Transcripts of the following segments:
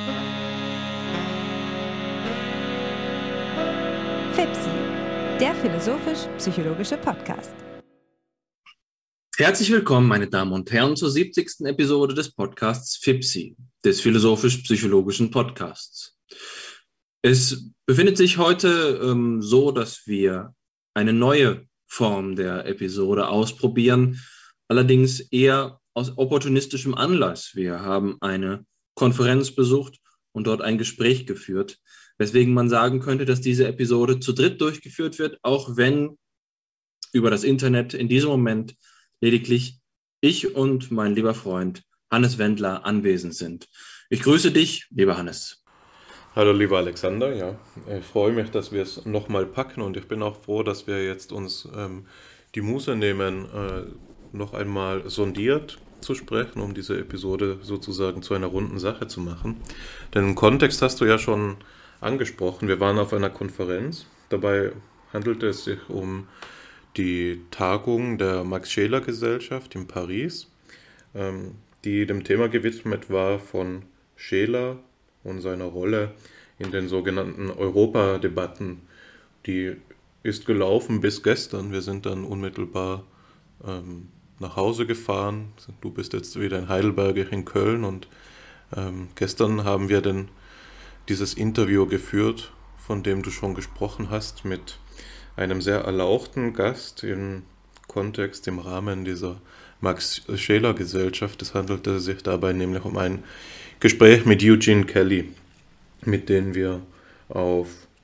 FIPSI, der philosophisch-psychologische Podcast. Herzlich willkommen, meine Damen und Herren, zur 70. Episode des Podcasts FIPSI, des philosophisch-psychologischen Podcasts. Es befindet sich heute so, dass wir eine neue Form der Episode ausprobieren, allerdings eher aus opportunistischem Anlass. Wir haben eine Konferenz besucht und dort ein Gespräch geführt, weswegen man sagen könnte, dass diese Episode zu dritt durchgeführt wird, auch wenn über das Internet in diesem Moment lediglich ich und mein lieber Freund Hannes Wendler anwesend sind. Ich grüße dich, lieber Hannes. Hallo lieber Alexander, ja, ich freue mich, dass wir es nochmal packen und ich bin auch froh, dass wir jetzt uns die Muße nehmen, noch einmal sondiert zu sprechen, um diese Episode sozusagen zu einer runden Sache zu machen. Denn den Kontext hast du ja schon angesprochen. Wir waren auf einer Konferenz. Dabei handelte es sich um die Tagung der Max-Scheler-Gesellschaft in Paris, die dem Thema gewidmet war von Scheler und seiner Rolle in den sogenannten Europadebatten. Die ist gelaufen bis gestern. Wir sind dann unmittelbar nach Hause gefahren. Du bist jetzt wieder in Heidelberg, ich in Köln und gestern haben wir dieses Interview geführt, von dem du schon gesprochen hast, mit einem sehr erlauchten Gast im Kontext, im Rahmen dieser Max-Scheler-Gesellschaft. Es handelte sich dabei nämlich um ein Gespräch mit Eugene Kelly, mit dem wir auf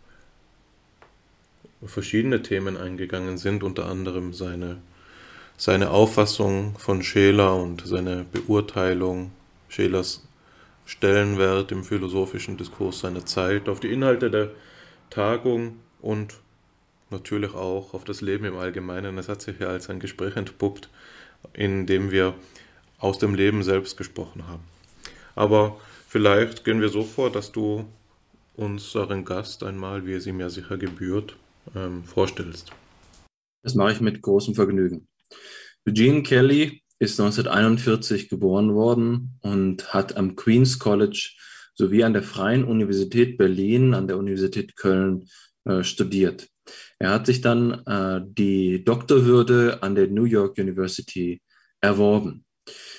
verschiedene Themen eingegangen sind, unter anderem seine Auffassung von Scheler und seine Beurteilung Schelers Stellenwert im philosophischen Diskurs seiner Zeit, auf die Inhalte der Tagung und natürlich auch auf das Leben im Allgemeinen. Es hat sich ja als ein Gespräch entpuppt, in dem wir aus dem Leben selbst gesprochen haben. Aber vielleicht gehen wir so vor, dass du unseren Gast einmal, wie es ihm ja sicher gebührt, vorstellst. Das mache ich mit großem Vergnügen. Eugene Kelly ist 1941 geboren worden und hat am Queen's College sowie an der Freien Universität Berlin, an der Universität Köln studiert. Er hat sich dann die Doktorwürde an der New York University erworben.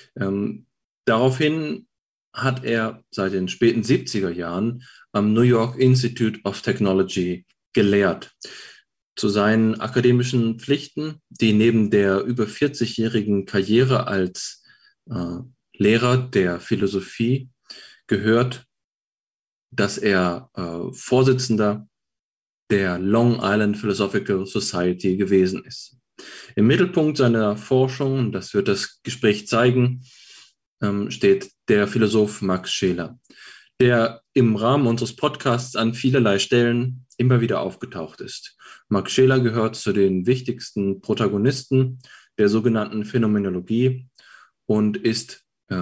Daraufhin hat er seit den späten 70er Jahren am New York Institute of Technology gelehrt. Zu seinen akademischen Pflichten, die neben der über 40-jährigen Karriere als Lehrer der Philosophie gehört, dass er Vorsitzender der Long Island Philosophical Society gewesen ist. Im Mittelpunkt seiner Forschung, das wird das Gespräch zeigen, steht der Philosoph Max Scheler, der im Rahmen unseres Podcasts an vielerlei Stellen immer wieder aufgetaucht ist. Max Scheler gehört zu den wichtigsten Protagonisten der sogenannten Phänomenologie und ist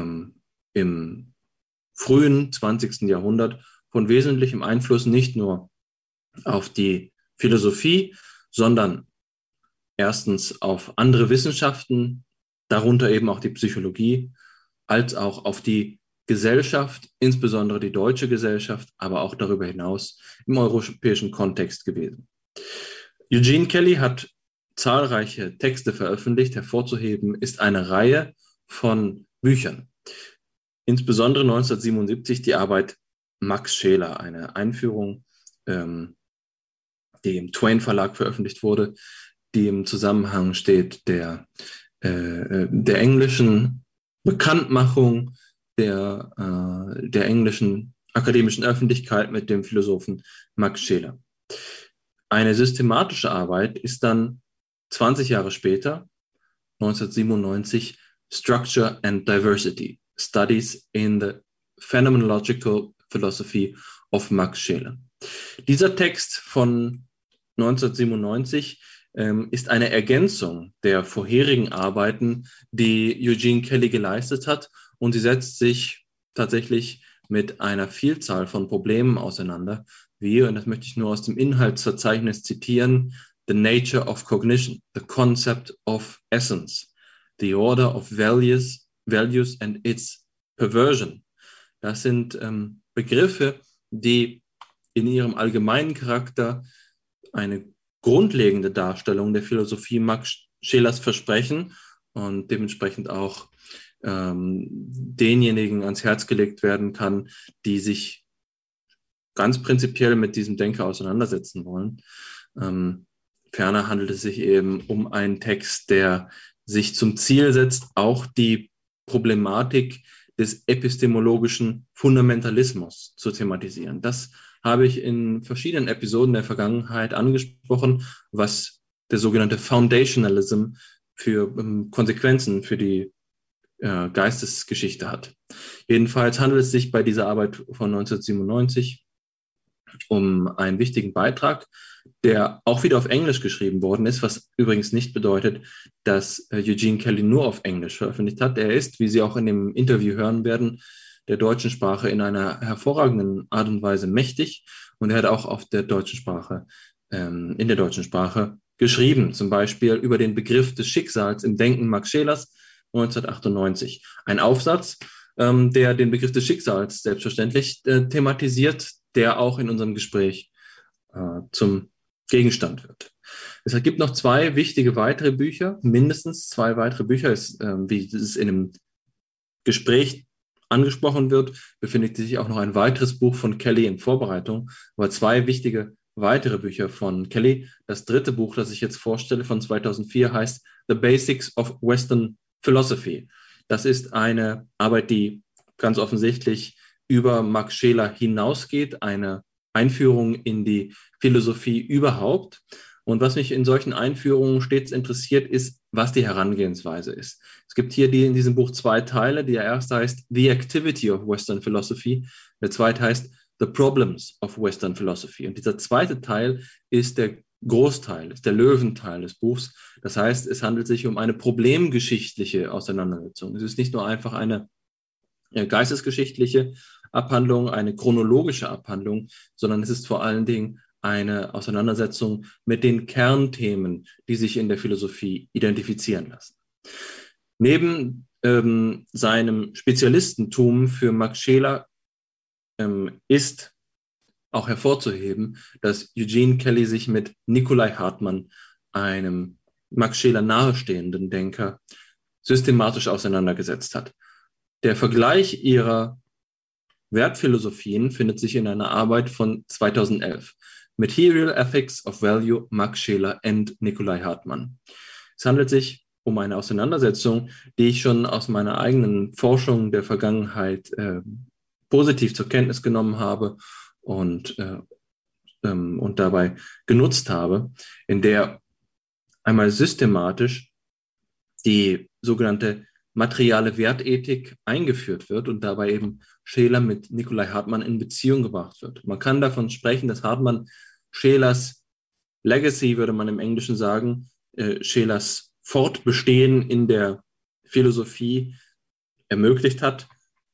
im frühen 20. Jahrhundert von wesentlichem Einfluss nicht nur auf die Philosophie, sondern erstens auf andere Wissenschaften, darunter eben auch die Psychologie, als auch auf die Gesellschaft, insbesondere die deutsche Gesellschaft, aber auch darüber hinaus im europäischen Kontext gewesen. Eugene Kelly hat zahlreiche Texte veröffentlicht. Hervorzuheben ist eine Reihe von Büchern. Insbesondere 1977 die Arbeit Max Scheler, eine Einführung, die im Twain Verlag veröffentlicht wurde, die im Zusammenhang steht der englischen Bekanntmachung der englischen akademischen Öffentlichkeit mit dem Philosophen Max Scheler. Eine systematische Arbeit ist dann 20 Jahre später, 1997, Structure and Diversity, Studies in the Phenomenological Philosophy of Max Scheler. Dieser Text von 1997 ist eine Ergänzung der vorherigen Arbeiten, die Eugene Kelly geleistet hat, und sie setzt sich tatsächlich mit einer Vielzahl von Problemen auseinander, wie, und das möchte ich nur aus dem Inhaltsverzeichnis zitieren, the nature of cognition, the concept of essence, the order of values and its perversion. Das sind Begriffe, die in ihrem allgemeinen Charakter eine grundlegende Darstellung der Philosophie Max Schelers versprechen und dementsprechend auch denjenigen ans Herz gelegt werden kann, die sich ganz prinzipiell mit diesem Denker auseinandersetzen wollen. Ferner handelt es sich eben um einen Text, der sich zum Ziel setzt, auch die Problematik des epistemologischen Fundamentalismus zu thematisieren. Das habe ich in verschiedenen Episoden der Vergangenheit angesprochen, was der sogenannte Foundationalism für Konsequenzen für die Geistesgeschichte hat. Jedenfalls handelt es sich bei dieser Arbeit von 1997 um einen wichtigen Beitrag, der auch wieder auf Englisch geschrieben worden ist, was übrigens nicht bedeutet, dass Eugene Kelly nur auf Englisch veröffentlicht hat. Er ist, wie Sie auch in dem Interview hören werden, der deutschen Sprache in einer hervorragenden Art und Weise mächtig, und er hat auch auf der deutschen Sprache, in der deutschen Sprache geschrieben, zum Beispiel über den Begriff des Schicksals im Denken Max Schelers 1998. Ein Aufsatz, der den Begriff des Schicksals selbstverständlich thematisiert, der auch in unserem Gespräch zum Gegenstand wird. Es gibt noch zwei wichtige weitere Bücher, mindestens zwei weitere Bücher, wie es in einem Gespräch angesprochen wird, befindet sich auch noch ein weiteres Buch von Kelly in Vorbereitung, aber zwei wichtige weitere Bücher von Kelly. Das dritte Buch, das ich jetzt vorstelle, von 2004, heißt The Basics of Western Philosophy. Das ist eine Arbeit, die ganz offensichtlich über Max Scheler hinausgeht, eine Einführung in die Philosophie überhaupt. Und was mich in solchen Einführungen stets interessiert, ist, was die Herangehensweise ist. Es gibt hier in diesem Buch zwei Teile. Der erste heißt The Activity of Western Philosophy. Der zweite heißt The Problems of Western Philosophy. Und dieser zweite Teil ist der Großteil, ist der Löwenteil des Buchs. Das heißt, es handelt sich um eine problemgeschichtliche Auseinandersetzung. Es ist nicht nur einfach eine geistesgeschichtliche Abhandlung, eine chronologische Abhandlung, sondern es ist vor allen Dingen eine Auseinandersetzung mit den Kernthemen, die sich in der Philosophie identifizieren lassen. Neben seinem Spezialistentum für Max Scheler ist auch hervorzuheben, dass Eugene Kelly sich mit Nikolai Hartmann, einem Max Scheler nahestehenden Denker, systematisch auseinandergesetzt hat. Der Vergleich ihrer Wertphilosophien findet sich in einer Arbeit von 2011, Material Ethics of Value, Max Scheler and Nikolai Hartmann. Es handelt sich um eine Auseinandersetzung, die ich schon aus meiner eigenen Forschung der Vergangenheit positiv zur Kenntnis genommen habe und dabei genutzt habe, in der einmal systematisch die sogenannte materiale Wertethik eingeführt wird und dabei eben Scheler mit Nikolai Hartmann in Beziehung gebracht wird. Man kann davon sprechen, dass Hartmann Schelers Legacy, würde man im Englischen sagen, Schelers Fortbestehen in der Philosophie ermöglicht hat,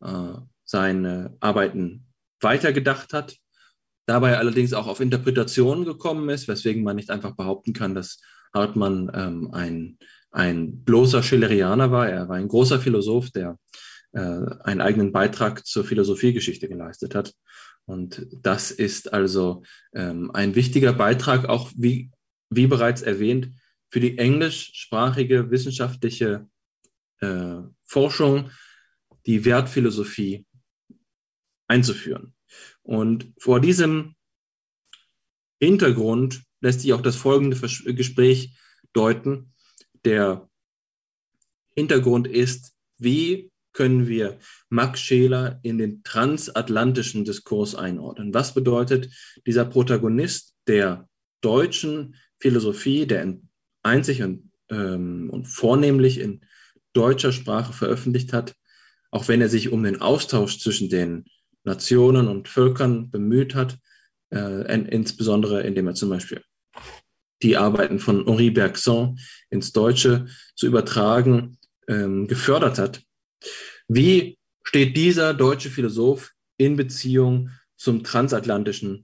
seine Arbeiten weitergedacht hat, dabei allerdings auch auf Interpretationen gekommen ist, weswegen man nicht einfach behaupten kann, dass Hartmann ein bloßer Schelerianer war. Er war ein großer Philosoph, der einen eigenen Beitrag zur Philosophiegeschichte geleistet hat. Und das ist also ein wichtiger Beitrag, auch wie bereits erwähnt, für die englischsprachige wissenschaftliche Forschung, die Wertphilosophie einzuführen. Und vor diesem Hintergrund lässt sich auch das folgende Gespräch deuten. Der Hintergrund ist, wie können wir Max Scheler in den transatlantischen Diskurs einordnen? Was bedeutet dieser Protagonist der deutschen Philosophie, der einzig und vornehmlich in deutscher Sprache veröffentlicht hat, auch wenn er sich um den Austausch zwischen den Nationen und Völkern bemüht hat, insbesondere indem er zum Beispiel die Arbeiten von Henri Bergson ins Deutsche zu übertragen, gefördert hat. Wie steht dieser deutsche Philosoph in Beziehung zum transatlantischen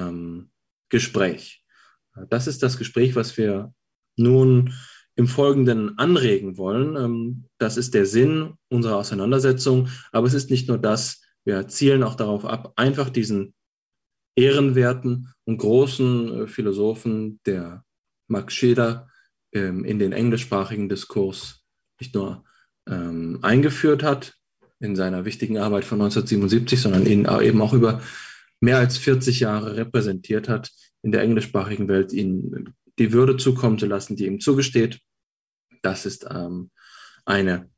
Gespräch? Das ist das Gespräch, was wir nun im Folgenden anregen wollen. Das ist der Sinn unserer Auseinandersetzung, aber es ist nicht nur das, Wir zielen auch darauf ab, einfach diesen ehrenwerten und großen Philosophen, der Max Scheler in den englischsprachigen Diskurs nicht nur eingeführt hat in seiner wichtigen Arbeit von 1977, sondern ihn eben auch über mehr als 40 Jahre repräsentiert hat in der englischsprachigen Welt, ihm die Würde zukommen zu lassen, die ihm zugesteht. Das ist eine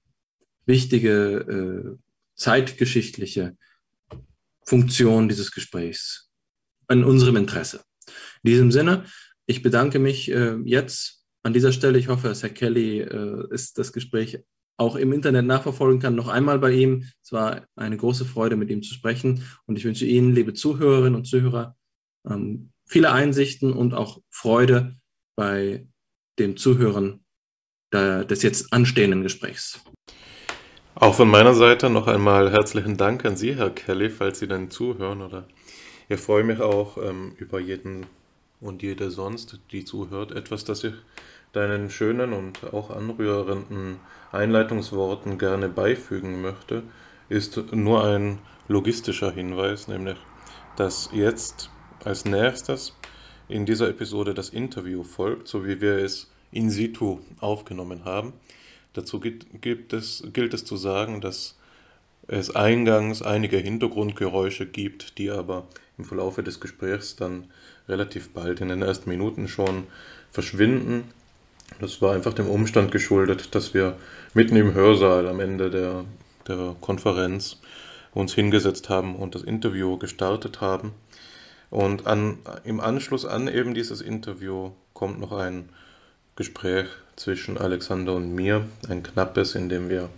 wichtige zeitgeschichtliche Funktion dieses Gesprächs in unserem Interesse. In diesem Sinne, ich bedanke mich jetzt an dieser Stelle. Ich hoffe, dass Herr Kelly ist das Gespräch auch im Internet nachverfolgen kann, noch einmal bei ihm. Es war eine große Freude, mit ihm zu sprechen. Und ich wünsche Ihnen, liebe Zuhörerinnen und Zuhörer, viele Einsichten und auch Freude bei dem Zuhören des jetzt anstehenden Gesprächs. Auch von meiner Seite noch einmal herzlichen Dank an Sie, Herr Kelly, falls Sie dann zuhören. Ich freue mich auch über jeden und jede sonst, die zuhört. Etwas, das ich deinen schönen und auch anrührenden Einleitungsworten gerne beifügen möchte, ist nur ein logistischer Hinweis, nämlich, dass jetzt als nächstes in dieser Episode das Interview folgt, so wie wir es in situ aufgenommen haben. Dazu gilt es zu sagen, dass es eingangs einige Hintergrundgeräusche gibt, die aber im Verlaufe des Gesprächs dann relativ bald in den ersten Minuten schon verschwinden. Das war einfach dem Umstand geschuldet, dass wir mitten im Hörsaal am Ende der Konferenz uns hingesetzt haben und das Interview gestartet haben. Und im Anschluss an eben dieses Interview kommt noch ein Gespräch zwischen Alexander und mir, ein knappes, in dem wir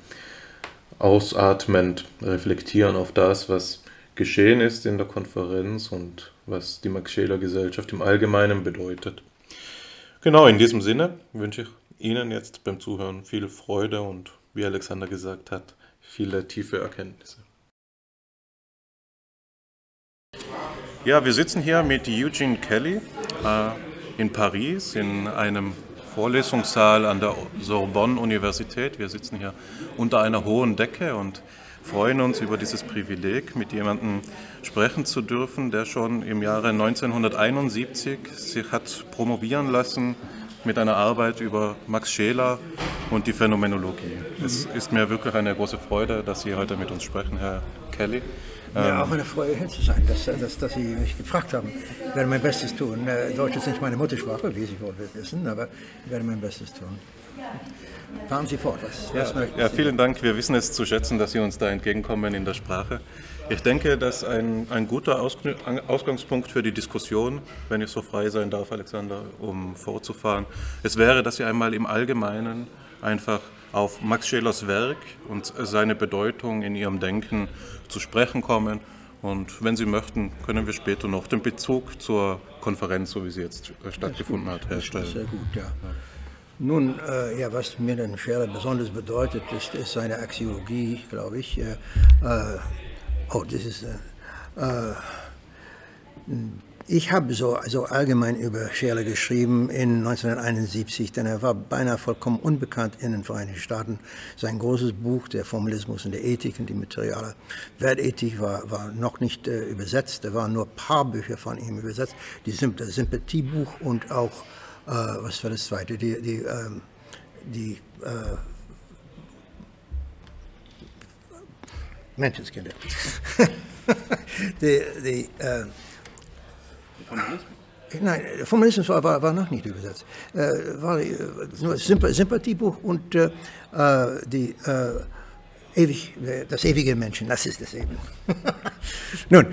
ausatmend reflektieren auf das, was geschehen ist in der Konferenz und was die Max-Scheler-Gesellschaft im Allgemeinen bedeutet. Genau, in diesem Sinne wünsche ich Ihnen jetzt beim Zuhören viel Freude und, wie Alexander gesagt hat, viele tiefe Erkenntnisse. Ja, wir sitzen hier mit Eugene Kelly in Paris in einem Vorlesungssaal an der Sorbonne-Universität. Wir sitzen hier unter einer hohen Decke und freuen uns über dieses Privileg, mit jemandem sprechen zu dürfen, der schon im Jahre 1971 sich hat promovieren lassen mit einer Arbeit über Max Scheler und die Phänomenologie. Es ist mir wirklich eine große Freude, dass Sie heute mit uns sprechen, Herr Kelly. Ja, auch eine Freude, hier zu sein, dass Sie mich gefragt haben. Ich werde mein Bestes tun. Deutsch ist nicht meine Muttersprache, wie Sie wohl wissen, aber ich werde mein Bestes tun. Fahren Sie fort. Was möchten Sie? Ja, vielen Dank. Wir wissen es zu schätzen, dass Sie uns da entgegenkommen in der Sprache. Ich denke, dass ein guter Ausgangspunkt für die Diskussion, wenn ich so frei sein darf, Alexander, um fortzufahren, es wäre, dass Sie einmal im Allgemeinen einfach auf Max Schelers Werk und seine Bedeutung in Ihrem Denken zu sprechen kommen. Und wenn Sie möchten, können wir später noch den Bezug zur Konferenz, so wie sie jetzt stattgefunden hat, herstellen. Sehr gut, ja. Nun, was mir den Scheler besonders bedeutet, ist seine Axiologie, glaube ich. Ich habe so allgemein über Scheler geschrieben in 1971, denn er war beinahe vollkommen unbekannt in den Vereinigten Staaten. Sein großes Buch, der Formalismus und der Ethik und die materiale Wertethik, war noch nicht übersetzt. Da waren nur ein paar Bücher von ihm übersetzt. Das Sympathiebuch und auch, was war das zweite? Menschenskinder. Nein, der Formalismus war noch nicht übersetzt. War nur Sympathiebuch und das ewige Menschen, das ist es eben. Nun,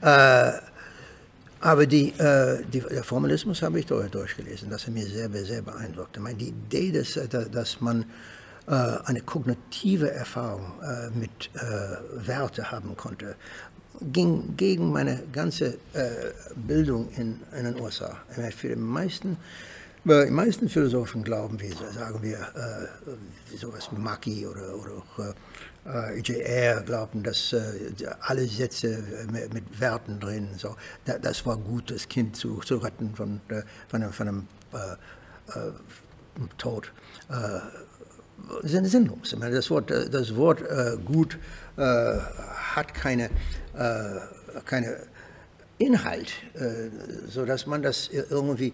aber der Formalismus habe ich durchgelesen, das hat mich sehr, sehr beeindruckt. Ich meine, die Idee, dass man eine kognitive Erfahrung mit Werte haben konnte, ging gegen meine ganze Bildung in den USA. Für die meisten Philosophen glauben wir, sagen wir, sowas wie Maki oder auch J.R. glauben, dass alle Sätze mit Werten drin, so, das war gut, das Kind zu retten von einem Tod. sind sinnlos. Ich meine, das Wort gut hat keine Inhalt, sodass man das irgendwie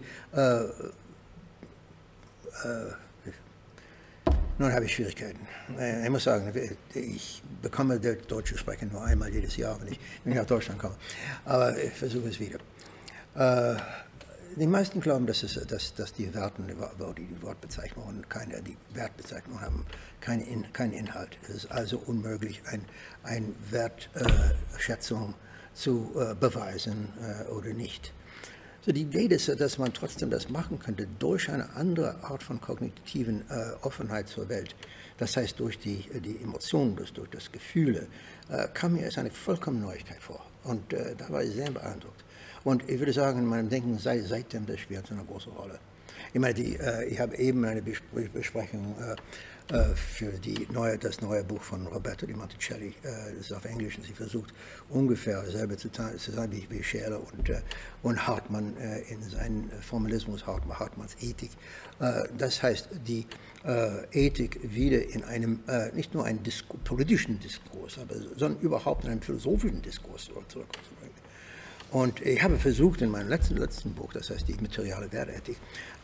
nun habe ich Schwierigkeiten. Ich muss sagen, ich bekomme Deutsch sprechen nur einmal jedes Jahr, wenn ich nach Deutschland komme. Aber ich versuche es wieder. Die meisten glauben, dass die Wortbezeichnungen, die Wertbezeichnungen haben keinen Inhalt. Es ist also unmöglich, eine Wertschätzung zu beweisen oder nicht. So die Idee ist, dass man trotzdem das machen könnte durch eine andere Art von kognitiven Offenheit zur Welt. Das heißt, durch die Emotionen, durch das Gefühle, kam mir als eine vollkommene Neuigkeit vor. Und da war ich sehr beeindruckt. Und ich würde sagen, in meinem Denken seitdem das spielt eine große Rolle. Ich meine, ich habe eben eine Besprechung für das neue Buch von Roberto Di Monticelli, das ist auf Englisch, und sie versucht ungefähr dasselbe zu sein wie Scheler und Hartmann in seinem Formalismus, Hartmanns Ethik. Das heißt, die Ethik wieder in einem, nicht nur einen politischen Diskurs, sondern überhaupt in einem philosophischen Diskurs zurückzubringen. Und ich habe versucht in meinem letzten Buch, das heißt die materiale Wertethik,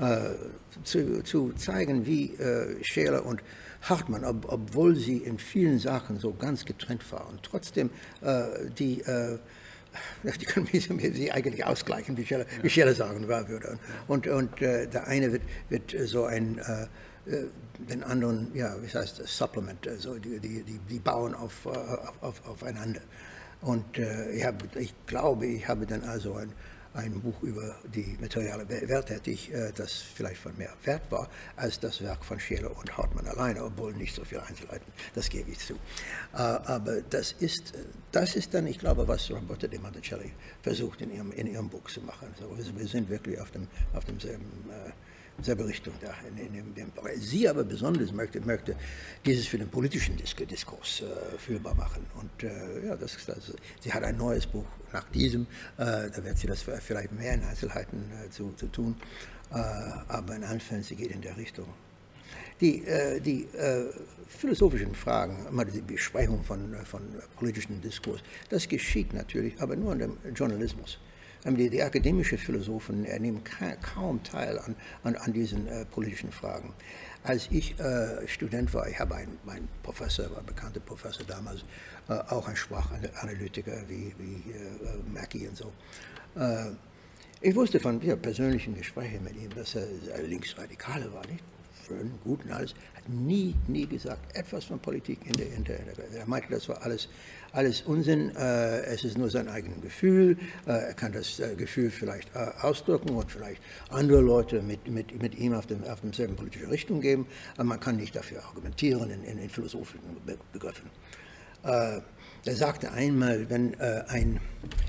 zu zeigen, wie Scheler und Hartmann, obwohl sie in vielen Sachen so ganz getrennt waren, trotzdem die können sie eigentlich ausgleichen, wie Scheler sagen würde. Und der eine wird so den anderen, ja, wie heißt das, Supplement, also die bauen aufeinander. Und ich glaube, ich habe dann also ein Buch über die materiale Wertethik, das vielleicht von mehr Wert war, als das Werk von Scheler und Hartmann alleine, obwohl nicht so viele Einzelheiten, das gebe ich zu. Aber das ist dann, ich glaube, was Roberto Di Monticelli versucht in ihrem Buch zu machen. Also wir sind wirklich auf demselben Richtung da. Sie aber besonders möchte dieses für den politischen Diskurs fühlbar machen. Und sie hat ein neues Buch nach diesem, da wird sie das vielleicht mehr in Einzelheiten zu tun, aber in allen Fällen, sie geht in der Richtung. Die philosophischen Fragen, die Besprechung von politischem Diskurs, das geschieht natürlich, aber nur in dem Journalismus. Die akademischen Philosophen nehmen kaum teil an diesen politischen Fragen. Als ich Student war, ich habe mein Professor, ein bekannter Professor damals, auch ein Sprachanalytiker wie Mackey und so. Ich wusste von persönlichen Gesprächen mit ihm, dass er Linksradikale war, nicht? Schön, gut und alles, hat nie gesagt etwas von Politik er meinte, das war alles Unsinn, es ist nur sein eigenes Gefühl, er kann das Gefühl vielleicht ausdrücken und vielleicht andere Leute mit ihm auf demselben politischen Richtung geben, aber man kann nicht dafür argumentieren in philosophischen Begriffen. Er sagte einmal, wenn ein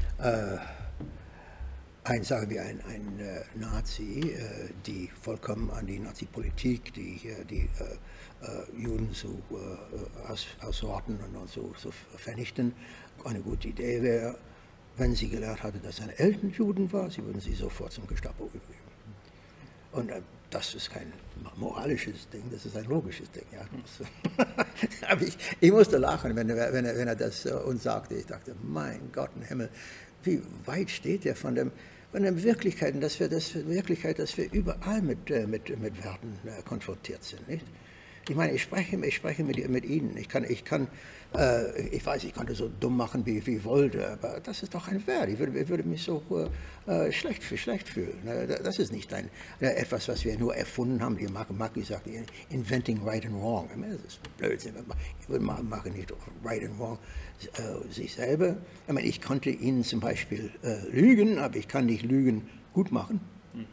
Nazi, die vollkommen an die Nazi-Politik, die Juden zu ausrotten und zu vernichten, eine gute Idee wäre, wenn sie gelernt hatte, dass seine Eltern Juden waren, sie würden sie sofort zum Gestapo übergeben. Und das ist kein moralisches Ding, das ist ein logisches Ding. Ja. Aber ich musste lachen, wenn er das uns sagte. Ich dachte, mein Gott im Himmel, wie weit steht er von der Wirklichkeit, dass wir überall mit Werten konfrontiert sind, nicht? Ich meine, ich spreche mit Ihnen. Ich weiß, ich konnte so dumm machen, wie ich wollte, aber das ist doch ein Wert. Ich würde mich so schlecht fühlen. Das ist nicht etwas, was wir nur erfunden haben. Die Mackey sagt, inventing right and wrong. Das ist Blödsinn. Wir machen nicht right and wrong sich selber. Ich meine, ich konnte Ihnen zum Beispiel lügen, aber ich kann nicht Lügen gut machen.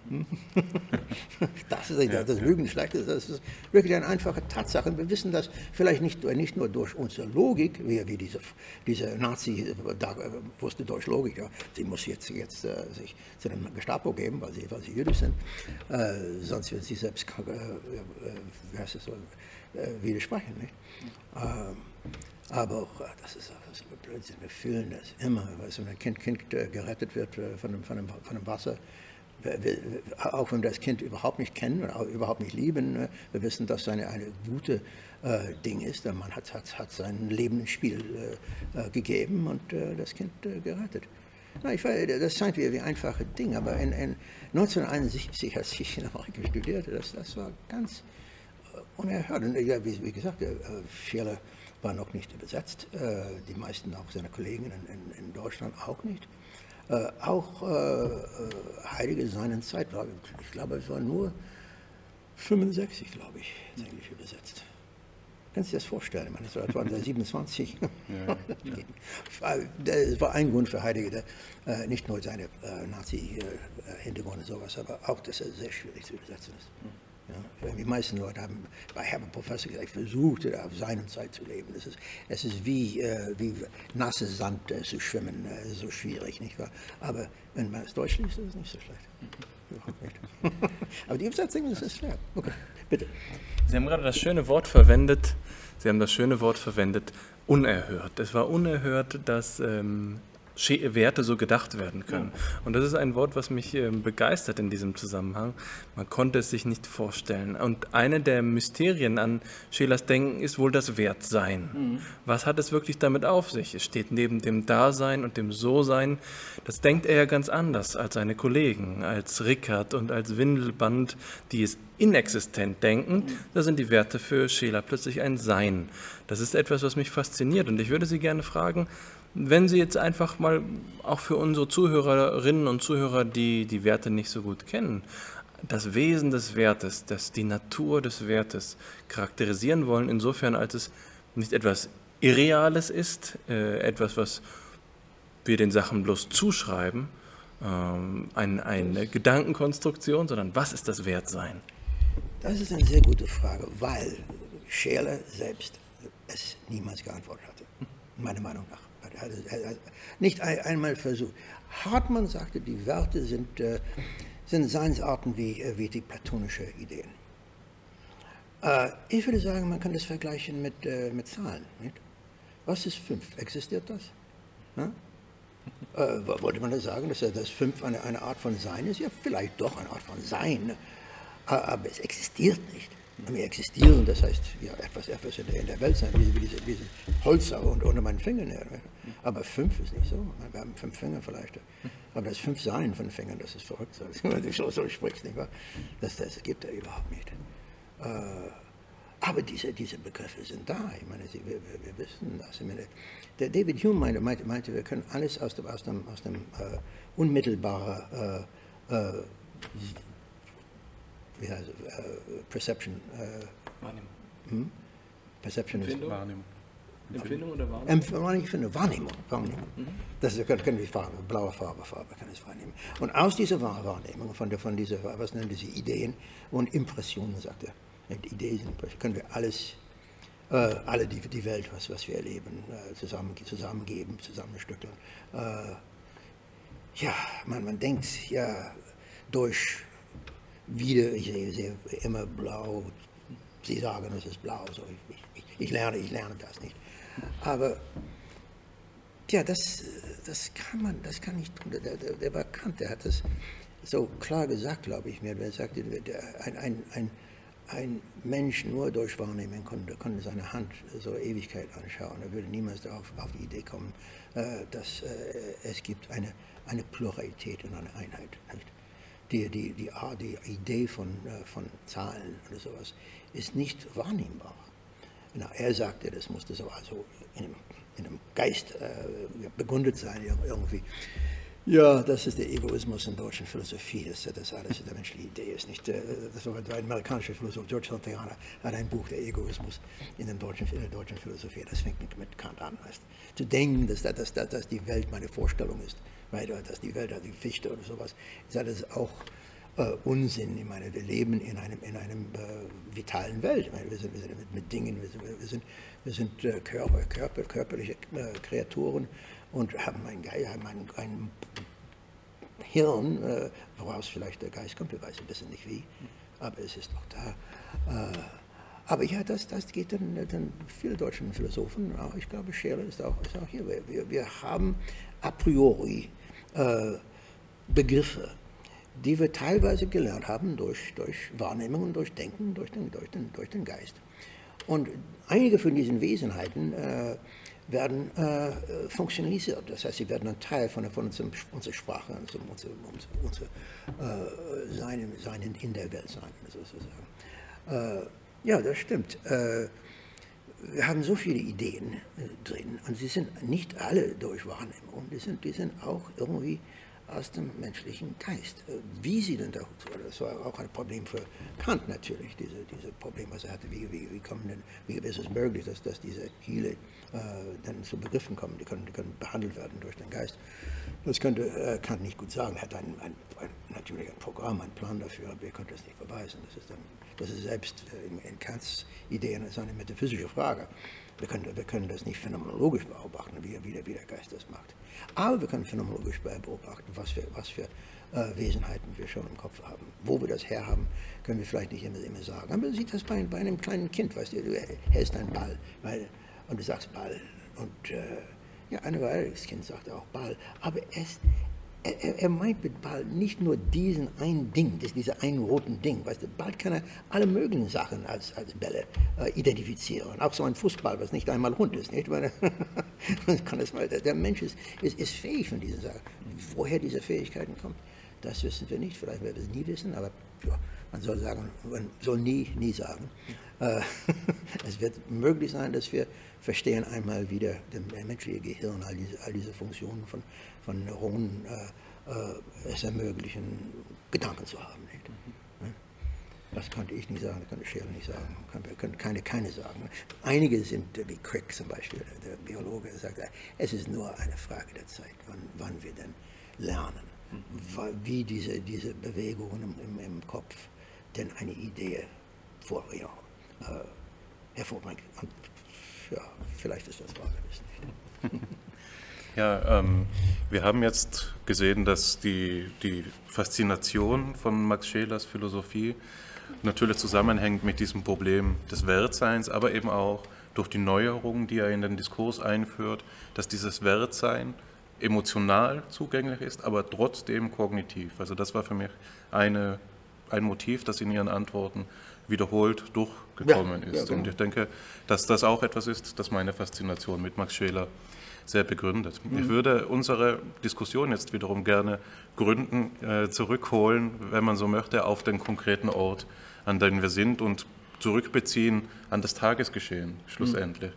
Das Lügen schlecht ist, das ist wirklich eine einfache Tatsache. Wir wissen das vielleicht nicht nur durch unsere Logik, wie diese Nazi wusste durch Logik, ja, sie muss jetzt sich zu dem Gestapo geben, weil sie jüdisch sind, sonst wird sie selbst widersprechen. Nicht? Aber auch, das ist Blödsinn, wir fühlen das immer, weil so ein Kind gerettet wird von dem Wasser. Auch wenn wir das Kind überhaupt nicht kennen oder auch überhaupt nicht lieben, wir wissen, dass es eine gute Ding ist. Der Mann hat sein Leben ins Spiel gegeben und das Kind gerettet. Das scheint wie ein einfaches Ding, aber 1971, als ich in Amerika studierte, das war ganz unerhört. Und wie gesagt, Scheler war noch nicht übersetzt, die meisten auch seiner Kollegen in Deutschland auch nicht. Auch Heidegger seiner Zeit war, ich glaube, es war nur 65, glaube ich, ins Englische übersetzt. Kannst du dir das vorstellen? Das war 27. Ja. Das war ein Grund für Heidegger, nicht nur seine Nazi-Hintergrund und sowas, aber auch, dass er sehr schwierig zu übersetzen ist. Ja, die meisten Leute haben bei Herbert Professor gesagt, versucht, auf seiner Zeit zu leben. Es ist wie nasser Sand zu schwimmen, so schwierig, nicht wahr? Aber wenn man es Deutsch liest, ist es nicht so schlecht. Überhaupt nicht. Aber die Übersetzung ist schwer. Okay, bitte. Sie haben gerade das schöne Wort verwendet, unerhört. Es war unerhört, dass Werte so gedacht werden können. Und das ist ein Wort, was mich begeistert in diesem Zusammenhang. Man konnte es sich nicht vorstellen. Und eine der Mysterien an Schelers Denken ist wohl das Wertsein. Was hat es wirklich damit auf sich? Es steht neben dem Dasein und dem So-Sein. Das denkt er ja ganz anders als seine Kollegen, als Rickert und als Windelband, die es inexistent denken. Da sind die Werte für Scheler plötzlich ein Sein. Das ist etwas, was mich fasziniert. Und ich würde Sie gerne fragen, wenn Sie jetzt einfach mal auch für unsere Zuhörerinnen und Zuhörer, die die Werte nicht so gut kennen, das Wesen des Wertes, die Natur des Wertes charakterisieren wollen, insofern als es nicht etwas Irreales ist, etwas, was wir den Sachen bloß zuschreiben, eine Gedankenkonstruktion, sondern was ist das Wertsein? Das ist eine sehr gute Frage, weil Scheler selbst es niemals geantwortet hatte, meiner Meinung nach. Nicht einmal versucht. Hartmann sagte, die Werte sind Seinsarten wie die platonischen Ideen. Ich würde sagen, man kann das vergleichen mit Zahlen. Nicht? Was ist 5? Existiert das? Wollte man das sagen, dass 5 eine Art von Sein ist? Ja, vielleicht doch eine Art von Sein, aber es existiert nicht. Wir existieren, das heißt, ja, etwas in der Welt sein, wie diese Holzer unter meinen Fingern. Aber 5 ist nicht so. Wir haben 5 Finger vielleicht. Aber das 5 Sein von Fingern, das ist verrückt, wenn du so sprichst, nicht wahr? Das gibt es überhaupt nicht. Aber diese Begriffe sind da. Ich meine, wir wissen das. Ich meine, der David Hume meinte, wir können alles aus dem unmittelbaren Perception. Wahrnehmung. Perception ist Wahrnehmung. Empfindung oder Wahrnehmung? Wahrnehmung. Das können wir blaue Farbe kann es wahrnehmen. Und aus dieser Wahrnehmung, von dieser, was nennen diese Ideen und Impressionen, sagt er, Ideen, können wir alles, die Welt, was wir erleben, zusammengeben, zusammenstückeln. Ja, man denkt ja durch wieder, ich sehe immer blau, Sie sagen, es ist blau, so ich lerne das nicht. Aber ja, das kann ich tun. Der war Kant, der hat das so klar gesagt, glaube ich mir. Er sagte, ein Mensch nur durch Wahrnehmen konnte seine Hand so Ewigkeit anschauen. Er würde niemals auf die Idee kommen, dass es gibt eine Pluralität und eine Einheit. Nicht? Die Idee von Zahlen oder sowas ist nicht wahrnehmbar. Er sagte, das musste so also in einem Geist begründet sein irgendwie. Ja, das ist der Egoismus in der deutschen Philosophie, das alles der menschliche Idee ist. Nicht, das war der amerikanische Philosoph George Santayana hat ein Buch, der Egoismus in der deutschen Philosophie. Das fängt mit Kant an. Heißt, zu denken, dass die Welt meine Vorstellung ist, dass die Welt, die Fichte oder sowas, ist alles auch Unsinn. Ich meine, wir leben in einem vitalen Welt. Ich meine, wir sind mit Dingen, wir sind körperliche Kreaturen und haben ein Hirn, woraus vielleicht der Geist kommt, wir wissen ein bisschen nicht wie, aber es ist doch da. Aber ja, das geht dann viele deutschen Philosophen, auch ich glaube, Scheler ist auch hier. Wir haben a priori Begriffe, die wir teilweise gelernt haben durch Wahrnehmung und durch Denken, durch den Geist. Und einige von diesen Wesenheiten werden funktionalisiert. Das heißt, sie werden ein Teil von unserer Sprache, unser Sein in der Welt sein, sozusagen. Ja, das stimmt. Wir haben so viele Ideen drin und sie sind nicht alle durch Wahrnehmung, die sind auch irgendwie aus dem menschlichen Geist. Wie sie denn dazu, das war auch ein Problem für Kant natürlich, diese Problem, was er hatte, wie ist es möglich, dass diese Hiele dann zu Begriffen kommen, die können behandelt werden durch den Geist. Das könnte Kant nicht gut sagen, er hat natürlich ein Programm, einen Plan dafür, aber wir können das nicht beweisen. Das ist selbst in Kants Ideen eine metaphysische Frage. Wir können das nicht phänomenologisch beobachten, wie der Geist das macht. Aber wir können phänomenologisch beobachten, was für Wesenheiten wir schon im Kopf haben. Wo wir das herhaben, können wir vielleicht nicht immer sagen. Aber man sieht das bei einem kleinen Kind, weißt du hältst einen Ball und du sagst Ball. Und ein weiteres Kind sagt auch Ball. Aber er meint mit Ball nicht nur diesen einen Ding, diese einen roten Ding. Weißt du, bald kann er alle möglichen Sachen als Bälle identifizieren. Auch so ein Fußball, was nicht einmal rund ist. Nicht? Der Mensch ist fähig von diesen Sachen. Woher diese Fähigkeiten kommen, das wissen wir nicht. Vielleicht werden wir es nie wissen, aber ja, man soll nie sagen. Es wird möglich sein, dass wir verstehen einmal wieder das menschliche Gehirn, all diese Funktionen von Neuronen es ermöglichen, Gedanken zu haben. Nicht? Das konnte ich nicht sagen, das konnte Scherer nicht sagen, wir können keine sagen. Einige sind, wie Crick zum Beispiel, der Biologe, sagt, es ist nur eine Frage der Zeit, wann wir denn lernen, wie diese Bewegungen im Kopf denn eine Idee hervorbringt. Und ja, vielleicht ist das wahr, wir wissen nicht. Ja, wir haben jetzt gesehen, dass die Faszination von Max Schelers Philosophie natürlich zusammenhängt mit diesem Problem des Wertseins, aber eben auch durch die Neuerungen, die er in den Diskurs einführt, dass dieses Wertsein emotional zugänglich ist, aber trotzdem kognitiv. Also das war für mich ein Motiv, das in Ihren Antworten wiederholt durchgekommen ist. Ja, genau. Und ich denke, dass das auch etwas ist, das meine Faszination mit Max Scheler sehr begründet. Ich würde unsere Diskussion jetzt wiederum gerne gründen, zurückholen, wenn man so möchte, auf den konkreten Ort, an dem wir sind und zurückbeziehen an das Tagesgeschehen schlussendlich.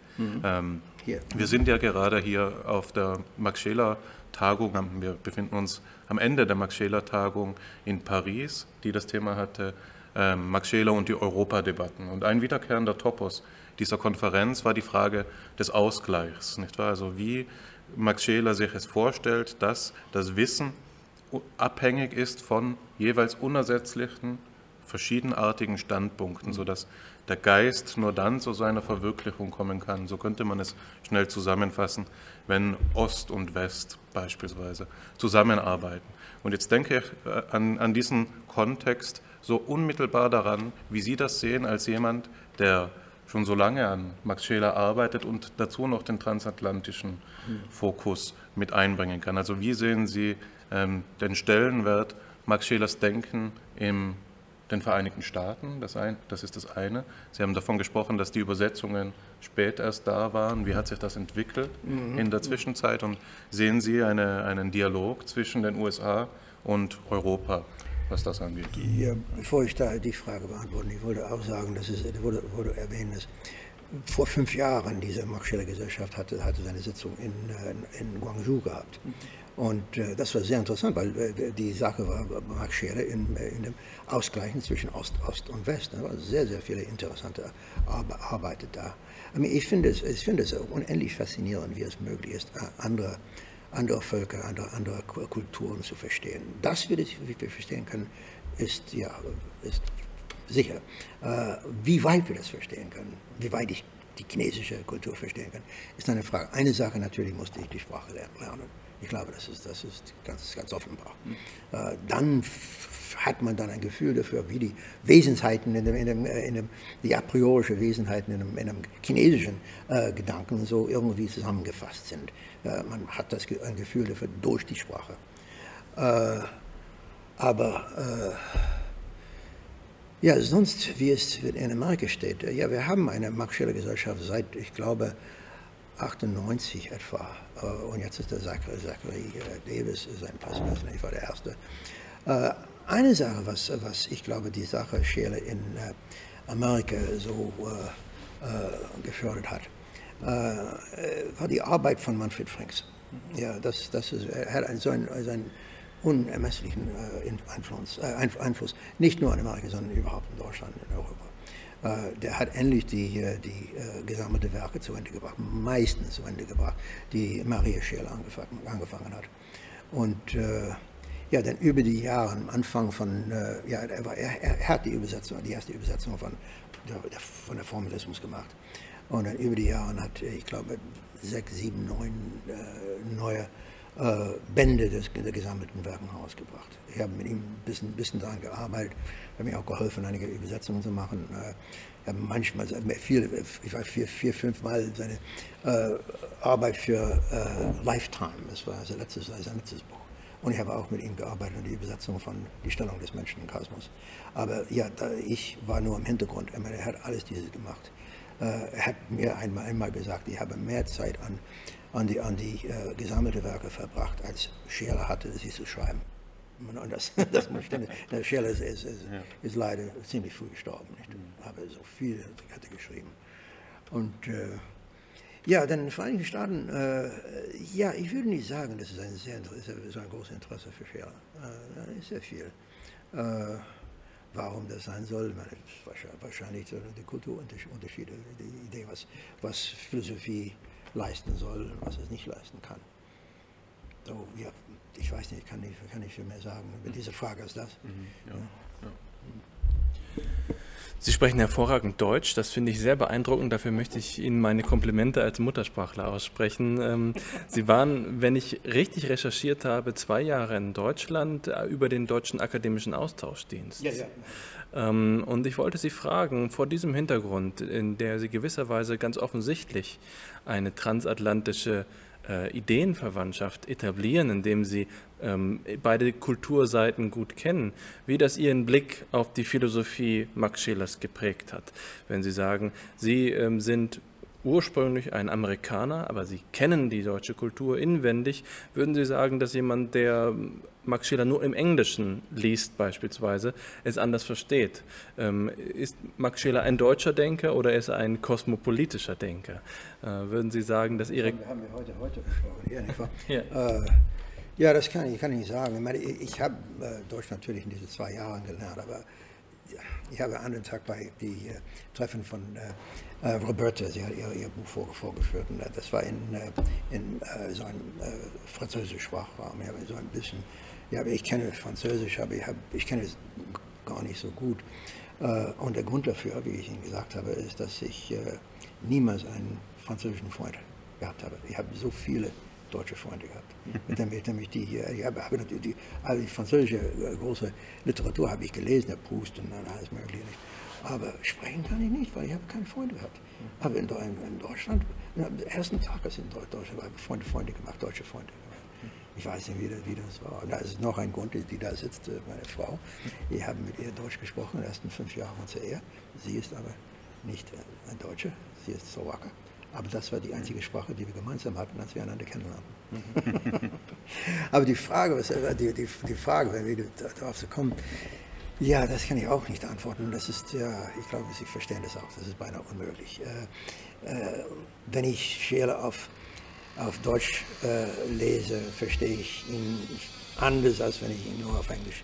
Wir sind ja gerade hier auf der Max-Scheler-Tagung, wir befinden uns am Ende der Max-Scheler-Tagung in Paris, die das Thema hatte, Max Scheler und die Europadebatten. Und ein wiederkehrender Topos dieser Konferenz war die Frage des Ausgleichs, nicht wahr? Also wie Max Scheler sich es vorstellt, dass das Wissen abhängig ist von jeweils unersetzlichen, verschiedenartigen Standpunkten, sodass der Geist nur dann zu seiner Verwirklichung kommen kann. So könnte man es schnell zusammenfassen, wenn Ost und West beispielsweise zusammenarbeiten. Und jetzt denke ich an diesen Kontext so unmittelbar daran, wie Sie das sehen als jemand, der schon so lange an Max Scheler arbeitet und dazu noch den transatlantischen Fokus mit einbringen kann. Also wie sehen Sie den Stellenwert Max Schelers Denken in den Vereinigten Staaten? Das ist das eine. Sie haben davon gesprochen, dass die Übersetzungen spät erst da waren. Wie hat sich das entwickelt in der Zwischenzeit? Und sehen Sie einen Dialog zwischen den USA und Europa, was das angeht? Ja, bevor ich da die Frage beantworte, ich wollte auch sagen, dass es wurde erwähnt, dass vor 5 Jahren diese Max-Scheler-Gesellschaft hatte seine Sitzung in Guangzhou gehabt. Und das war sehr interessant, weil die Sache war Max Scheler in dem Ausgleichen zwischen Ost und West. Da waren sehr, sehr viele interessante Arbeiten da. Ich finde es unendlich faszinierend, wie es möglich ist, andere Völker, andere Kulturen zu verstehen. Das, wie wir verstehen können, ist sicher. Wie weit wir das verstehen können, wie weit ich die chinesische Kultur verstehen kann, ist eine Frage. Eine Sache natürlich musste ich die Sprache lernen. Ich glaube, das ist ganz offenbar. Dann hat man dann ein Gefühl dafür, wie die Wesensheiten, die a priorische Wesenheiten in einem chinesischen Gedanken so irgendwie zusammengefasst sind. Man hat ein Gefühl dafür durch die Sprache. Aber ja, sonst, wie es in Amerika steht, ja, wir haben eine Max-Scheler-Gesellschaft seit, ich glaube, 98 etwa. Und jetzt ist der Zachary Davis sein Präsident, ich war der Erste. Eine Sache, was ich glaube, die Sache Scheler in Amerika so gefördert hat, war die Arbeit von Manfred Franks. Ja, er hat so einen unermesslichen Einfluss, nicht nur in Amerika, sondern überhaupt in Deutschland, in Europa. Der hat endlich die gesammelte Werke zu Ende gebracht, meistens zu Ende gebracht, die Maria Scheler angefangen hat. Und ja, dann über die Jahre, am Anfang von, er hat die erste Übersetzung von der Formalismus gemacht. Und dann über die Jahre hat, ich glaube, 6, 7, 9 neue Bände der gesammelten Werken herausgebracht. Ich habe mit ihm ein bisschen daran gearbeitet, habe mir auch geholfen, einige Übersetzungen zu machen. Ich habe manchmal, ich war 4, 5 Mal seine Arbeit für Lifetime, das war sein letztes Buch. Und ich habe auch mit ihm gearbeitet an die Übersetzung von Die Stellung des Menschen im Kosmos. Aber ja, ich war nur im Hintergrund. Ich meine, er hat alles dieses gemacht. Er hat mir einmal gesagt, ich habe mehr Zeit an die gesammelte Werke verbracht, als Scheler hatte, sie zu schreiben. Und das muss stimmen. Scheler ist leider ziemlich früh gestorben, nicht? Aber so viel hat er geschrieben. Und ja, dann in den Vereinigten Staaten, ja, ich würde nicht sagen, das ist so ein großes Interesse für Scheler. Da ist sehr viel. Warum das sein soll, wahrscheinlich die Kulturunterschiede, die Idee, was Philosophie leisten soll und was es nicht leisten kann. So, ja, ich weiß nicht, kann nicht viel mehr sagen über diese Frage als das. Ja. Sie sprechen hervorragend Deutsch, das finde ich sehr beeindruckend, dafür möchte ich Ihnen meine Komplimente als Muttersprachler aussprechen. Sie waren, wenn ich richtig recherchiert habe, 2 Jahre in Deutschland über den Deutschen Akademischen Austauschdienst. Ja. Und ich wollte Sie fragen, vor diesem Hintergrund, in der Sie gewisserweise ganz offensichtlich eine transatlantische Ideenverwandtschaft etablieren, indem Sie beide Kulturseiten gut kennen, wie das Ihren Blick auf die Philosophie Max Schelers geprägt hat. Wenn Sie sagen, Sie sind ursprünglich ein Amerikaner, aber Sie kennen die deutsche Kultur inwendig, würden Sie sagen, dass jemand, der Max Scheler nur im Englischen liest beispielsweise, es anders versteht? Ist Max Scheler ein deutscher Denker oder ist er ein kosmopolitischer Denker? Würden Sie sagen, dass Ihre... Wir haben heute besprochen, hier, nicht wahr? Ja. Ja, das kann ich nicht sagen. Ich meine, ich habe Deutsch natürlich in diesen 2 Jahren gelernt, aber ich habe einen Tag bei die Treffen von Roberta, sie hat ihr Buch vorgeführt, und das war in so einem französischen Sprachraum. Ich habe so ein bisschen, ja, ich kenne Französisch, aber ich kenne es gar nicht so gut. Und der Grund dafür, wie ich Ihnen gesagt habe, ist, dass ich niemals einen französischen Freund gehabt habe. Ich habe so viele deutsche Freunde gehabt. Mit dem ich habe natürlich die französische große Literatur habe ich gelesen, der Proust und alles Mögliche nicht. Aber sprechen kann ich nicht, weil ich habe keine Freunde gehabt. Aber in Deutschland, am ersten Tag, als ich in Deutschland war, Freunde gemacht, deutsche Freunde gemacht. Ich weiß nicht, wie das war. Und da ist noch ein Grund, die da sitzt, meine Frau. Wir haben mit ihr Deutsch gesprochen, in den ersten 5 Jahren unserer Ehe. Sie ist aber nicht ein Deutsche, sie ist Slowake. Aber das war die einzige Sprache, die wir gemeinsam hatten, als wir einander kennenlernten. Aber die Frage, wenn wir darauf zu kommen, ja, das kann ich auch nicht antworten. Das ist, ja, ich glaube, Sie verstehen das auch, das ist beinahe unmöglich. Wenn ich Scheler auf Deutsch lese, verstehe ich ihn anders, als wenn ich ihn nur auf Englisch.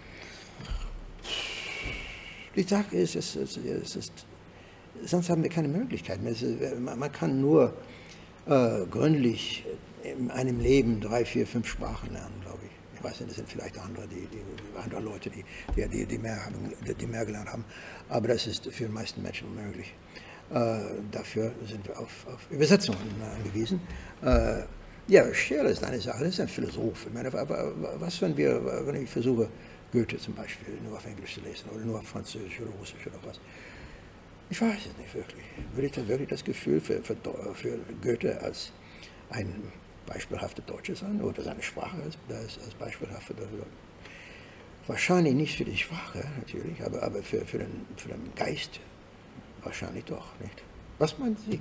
Die Sache ist, es ist sonst haben wir keine Möglichkeiten. Man kann nur gründlich in einem Leben 3, 4, 5 Sprachen lernen, glaube ich. Ich weiß nicht, das sind vielleicht andere Leute, die mehr gelernt haben. Aber das ist für die meisten Menschen unmöglich. Dafür sind wir auf Übersetzungen angewiesen. Ja, Scheler ist eine Sache, das ist ein Philosoph. Ich meine, aber was, wenn ich versuche, Goethe zum Beispiel nur auf Englisch zu lesen oder nur auf Französisch oder Russisch oder was? Ich weiß es nicht wirklich. Würde ich dann wirklich das Gefühl für Goethe als ein beispielhafter Deutscher sein oder seine Sprache als beispielhaft für Deutsche? Wahrscheinlich nicht für die Sprache, natürlich, aber für den Geist wahrscheinlich doch, nicht? Was meinen Sie?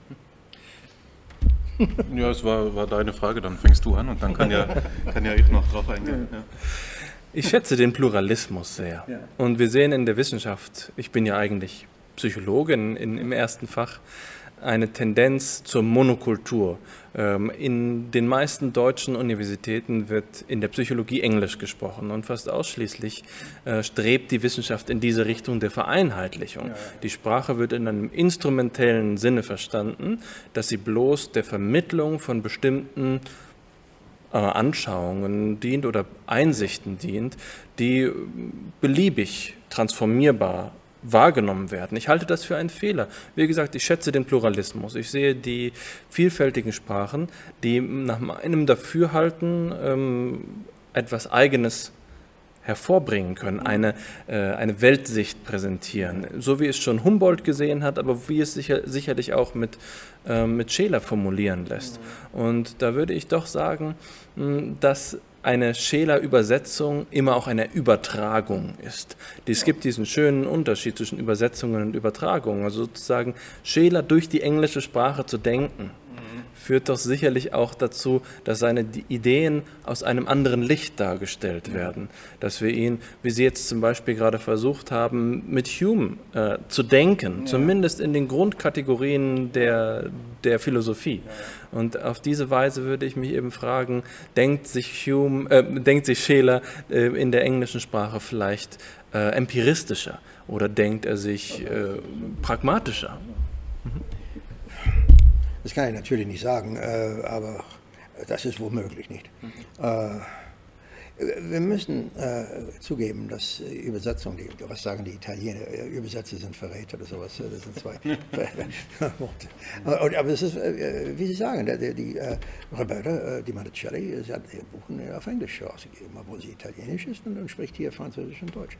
Ja, es war deine Frage, dann fängst du an und dann kann ja ich noch drauf eingehen. Ja. Ich schätze den Pluralismus sehr. Ja. Und wir sehen in der Wissenschaft, ich bin ja eigentlich Psychologin im ersten Fach, eine Tendenz zur Monokultur. In den meisten deutschen Universitäten wird in der Psychologie Englisch gesprochen und fast ausschließlich strebt die Wissenschaft in diese Richtung der Vereinheitlichung. Ja. Die Sprache wird in einem instrumentellen Sinne verstanden, dass sie bloß der Vermittlung von bestimmten Anschauungen dient oder Einsichten dient, die beliebig transformierbar wahrgenommen werden. Ich halte das für einen Fehler. Wie gesagt, ich schätze den Pluralismus. Ich sehe die vielfältigen Sprachen, die nach meinem Dafürhalten etwas Eigenes hervorbringen können, eine Weltsicht präsentieren, so wie es schon Humboldt gesehen hat, aber wie es sicherlich auch mit Scheler formulieren lässt. Und da würde ich doch sagen, dass eine Scheler-Übersetzung immer auch eine Übertragung ist. Es gibt diesen schönen Unterschied zwischen Übersetzungen und Übertragungen. Also sozusagen Scheler durch die englische Sprache zu denken, führt doch sicherlich auch dazu, dass seine Ideen aus einem anderen Licht dargestellt werden. Dass wir ihn, wie Sie jetzt zum Beispiel gerade versucht haben, mit Hume zu denken, zumindest in den Grundkategorien der Philosophie. Und auf diese Weise würde ich mich eben fragen, denkt sich Scheler in der englischen Sprache vielleicht empiristischer oder denkt er sich pragmatischer? Das kann ich natürlich nicht sagen, aber das ist womöglich nicht. Wir müssen zugeben, dass Übersetzungen, was sagen die Italiener, Übersetzer sind Verräter oder sowas, das sind zwei Worte. Aber es ist, wie Sie sagen, die Roberta Di Marcelli, sie hat ihr Buch auf Englisch rausgegeben, obwohl sie italienisch ist und dann spricht hier Französisch und Deutsch.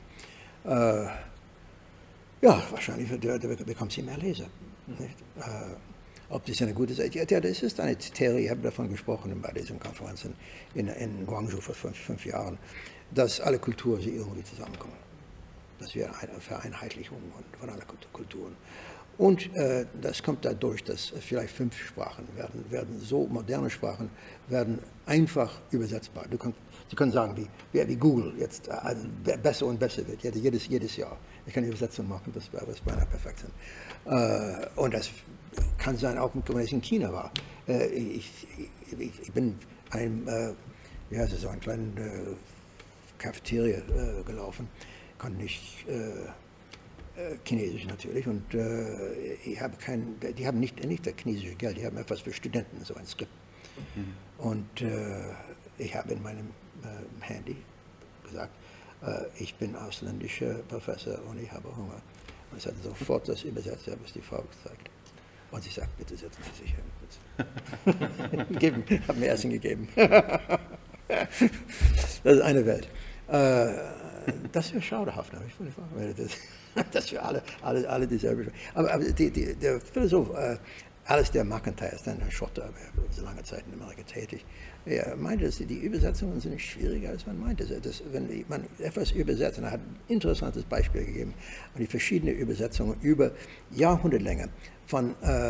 Ja, wahrscheinlich bekommt sie mehr Leser. Nicht? Ob das eine gute Sache ist, ja, das ist eine Theorie, ich habe davon gesprochen bei diesen Konferenzen in Guangzhou vor 5 Jahren, dass alle Kulturen irgendwie zusammenkommen. Dass wir eine Vereinheitlichung von aller Kulturen. Und das kommt dadurch, dass vielleicht 5 Sprachen werden so moderne Sprachen werden einfach übersetzbar. Sie können sagen, wie Google jetzt besser und besser wird, jedes Jahr. Ich kann Übersetzungen machen, das beinahe perfekt sind. Und das kann sein, auch wenn ich in China war. Ich bin wie heißt es, so eine kleine Cafeteria gelaufen, konnte nicht Chinesisch natürlich und die haben nicht das chinesische Geld, die haben etwas für Studenten, so ein Skript. Und ich habe in meinem Handy gesagt, ich bin ausländischer Professor und ich habe Hunger. Und es hat sofort das übersetzt, habe es die Frau gezeigt. Und sie sagt, bitte setzen Sie sich hin. Haben mir Essen gegeben. Das ist eine Welt. Das wäre schauderhaft, dass wir alle dieselbe. Aber der Philosoph Alistair MacIntyre ist ein Schotter, er war so lange Zeit in Amerika tätig. Er meinte, dass die Übersetzungen sind schwieriger, als man meinte. Wenn man etwas übersetzt, und er hat ein interessantes Beispiel gegeben, und die verschiedenen Übersetzungen über Jahrhundertlänge von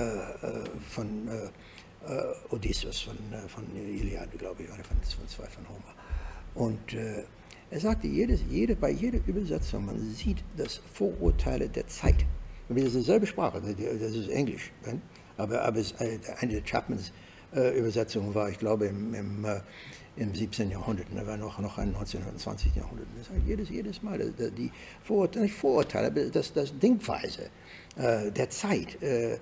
Odysseus, von Iliade, glaube ich, oder von Homer. Und er sagte, bei jeder Übersetzung, man sieht das Vorurteile der Zeit. Und das ist dieselbe Sprache, das ist Englisch. Aber eine der Chapmans Übersetzungen war, ich glaube, im 17. Jahrhundert, und da war noch ein 1920. Jahrhundert. Das heißt, jedes Mal die Vorurteile, nicht Vorurteile, aber das Denkweise der Zeit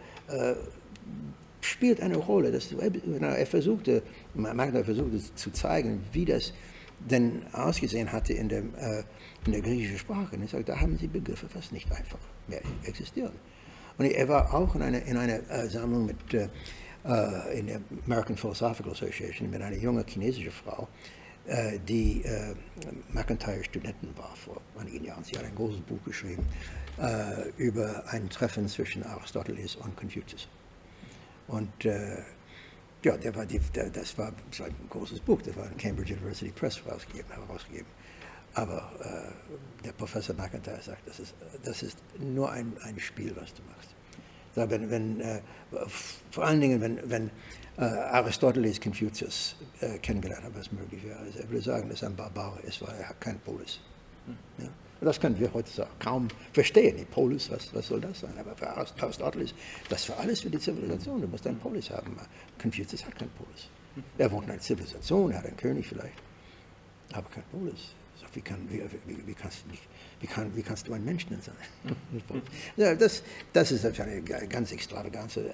spielt eine Rolle. Magda versuchte zu zeigen, wie das denn ausgesehen hatte in der griechischen Sprache. Und ich sage, da haben sie Begriffe fast nicht einfach mehr existieren. Und er war auch in einer Sammlung in der American Philosophical Association mit einer jungen chinesischen Frau, die MacIntyre-Studentin war vor einigen Jahren. Sie hat ein großes Buch geschrieben über ein Treffen zwischen Aristoteles und Confucius. Und ja, das war ein großes Buch, das war in Cambridge University Press herausgegeben. Aber der Professor McIntyre sagt, das ist nur ein Spiel, was du machst. Vor allen Dingen, wenn Aristoteles Confucius kennengelernt hat, was möglich wäre. Also er würde sagen, dass er ein Barbar ist, weil er hat keinen Polis. Ja? Das können wir heute kaum verstehen. Die Polis, was soll das sein? Aber für Aristoteles, das war alles für die Zivilisation. Du musst einen Polis haben. Confucius hat keinen Polis. Er wohnt in einer Zivilisation, er hat einen König vielleicht, aber kein Polis. So, wie kannst du ein Mensch denn sein? Ja, das ist ein ganz extravagantes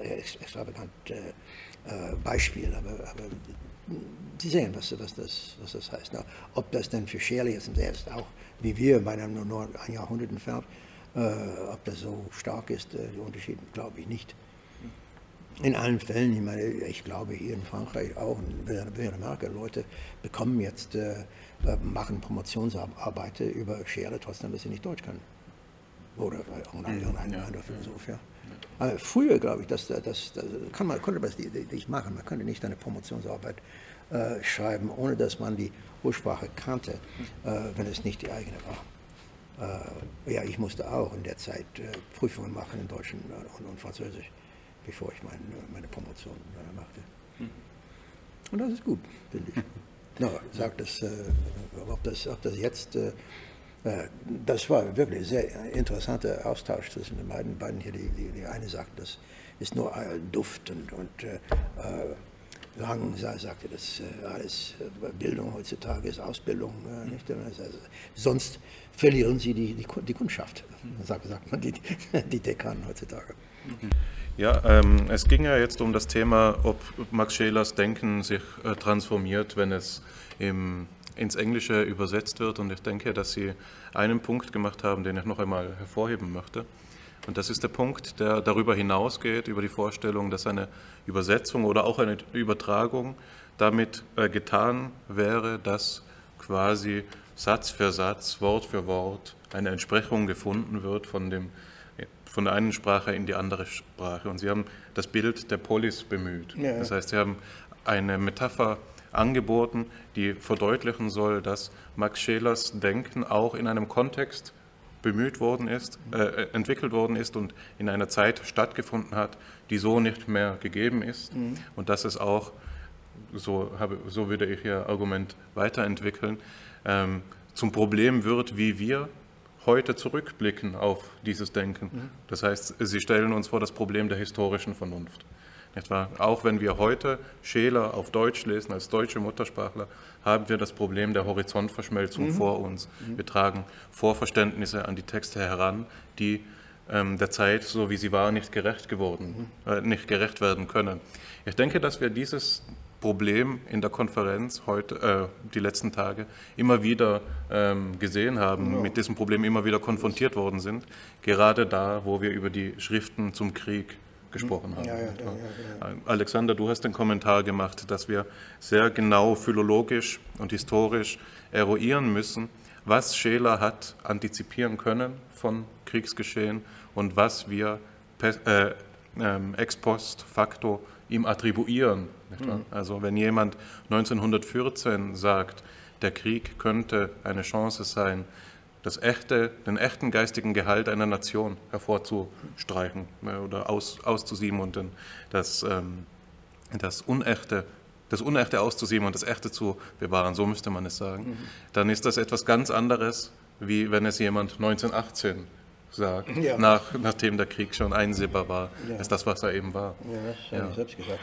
Beispiel, aber Sie sehen, was das heißt. Na, ob das denn für Shelley ist, und er ist auch, wie wir, bei einem nur ein Jahrhundert entfernt, ob das so stark ist, die Unterschiede, glaube ich nicht. In allen Fällen, ich glaube hier in Frankreich auch, in Amerika, Leute bekommen jetzt, machen Promotionsarbeit über Schere, trotzdem, dass sie nicht Deutsch können. Oder irgendein anderer Philosoph, ja. Aber früher, glaube ich, konnte man das nicht machen. Man konnte nicht eine Promotionsarbeit schreiben, ohne dass man die Ursprache kannte, wenn es nicht die eigene war. Ja, ich musste auch in der Zeit Prüfungen machen in Deutsch und Französisch, bevor ich meine Promotion machte. Und das ist gut, finde ich. No, sagt das, ob das jetzt, das war wirklich ein sehr interessanter Austausch zwischen den beiden hier. Die eine sagt, das ist nur Duft und Lang sagte, dass alles Bildung heutzutage ist Ausbildung. Nicht? Also, sonst verlieren sie die Kundschaft, sagt man die Dekanen heutzutage. Ja, es ging ja jetzt um das Thema, ob Max Schelers Denken sich transformiert, wenn es ins Englische übersetzt wird. Und ich denke, dass Sie einen Punkt gemacht haben, den ich noch einmal hervorheben möchte. Und das ist der Punkt, der darüber hinausgeht, über die Vorstellung, dass eine Übersetzung oder auch eine Übertragung damit getan wäre, dass quasi Satz für Satz, Wort für Wort eine Entsprechung gefunden wird von der einen Sprache in die andere Sprache. Und Sie haben das Bild der Polis bemüht. Ja. Das heißt, Sie haben eine Metapher angeboten, die verdeutlichen soll, dass Max Schelers Denken auch in einem Kontext entwickelt worden ist und in einer Zeit stattgefunden hat, die so nicht mehr gegeben ist. Und dass es auch, so würde ich Ihr Argument weiterentwickeln, zum Problem wird, wie wir heute zurückblicken auf dieses Denken. Das heißt, Sie stellen uns vor das Problem der historischen Vernunft. Nicht wahr? Auch wenn wir heute Scheler auf Deutsch lesen, als deutsche Muttersprachler, haben wir das Problem der Horizontverschmelzung vor uns. Wir tragen Vorverständnisse an die Texte heran, die der Zeit, so wie sie war, nicht gerecht werden können. Ich denke, dass wir dieses Problem in der Konferenz heute, die letzten Tage, immer wieder gesehen haben, mit diesem Problem immer wieder konfrontiert worden sind, gerade da, wo wir über die Schriften zum Krieg gesprochen haben. Ja. Alexander, du hast den Kommentar gemacht, dass wir sehr genau philologisch und historisch eruieren müssen, was Scheler hat antizipieren können von Kriegsgeschehen und was wir ex post facto ihm attribuieren. Also wenn jemand 1914 sagt, der Krieg könnte eine Chance sein, den echten geistigen Gehalt einer Nation hervorzustreichen oder auszusieben und das Unechte auszusieben und das Echte zu bewahren, so müsste man es sagen, dann ist das etwas ganz anderes, wie wenn es jemand 1918 sagt, nachdem der Krieg schon einsehbar war, als das, was er eben war. Ja, das habe ich selbst gesagt.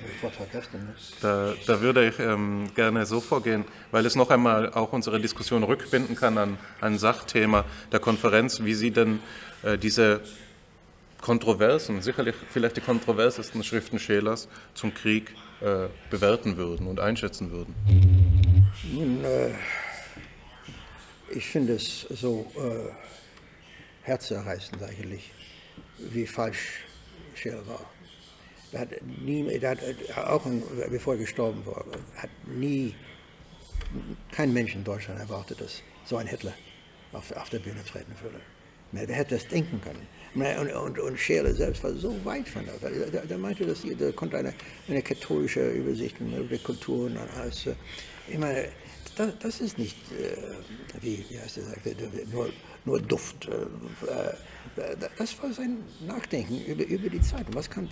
Da würde ich gerne so vorgehen, weil es noch einmal auch unsere Diskussion rückbinden kann an ein Sachthema der Konferenz, wie Sie denn diese kontroversen, sicherlich vielleicht die kontroversesten Schriften Schelers zum Krieg bewerten würden und einschätzen würden. Nun, ich finde es so herzzerreißend eigentlich, wie falsch Scheler war. Er hat auch bevor er gestorben war, hat kein Mensch in Deutschland erwartet, dass so ein Hitler auf der Bühne treten würde. Wer hätte das denken können? Und Scheler selbst war so weit von der Welt. Er meinte, dass er konnte eine katholische Übersicht über die Kultur und alles. Ich meine, das ist nicht, wie heißt er sagte, nur Duft. Das war sein Nachdenken über die Zeit.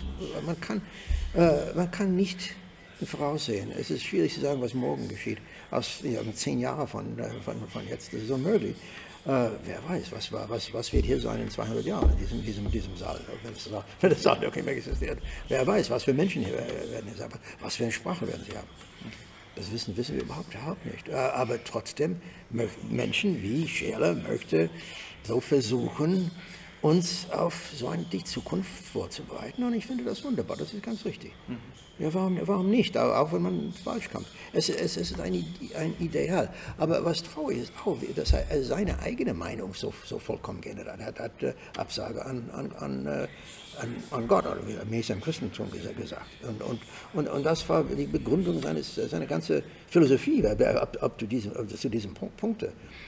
Man kann nicht voraussehen. Es ist schwierig zu sagen, was morgen geschieht. 10 Jahre von jetzt, das ist unmöglich. Wer weiß, was wird hier sein in 200 Jahren in diesem Saal, wenn das Saal wirklich mehr existiert. Wer weiß, was für Menschen hier werden hier sein, was für eine Sprache werden sie haben. Das wissen wir überhaupt nicht. Aber trotzdem, Menschen wie Scheler möchte so versuchen, uns auf die Zukunft vorzubereiten. Und ich finde das wunderbar, das ist ganz richtig. Ja, warum nicht, auch wenn man falsch kommt. Es ist ein Ideal. Aber was traurig ist, auch, dass er seine eigene Meinung so vollkommen geändert hat. Er hat Absage an Gott, oder wie er mir im Christentum gesagt. Und das war die Begründung seiner ganzen Philosophie, zu diesem Punkt.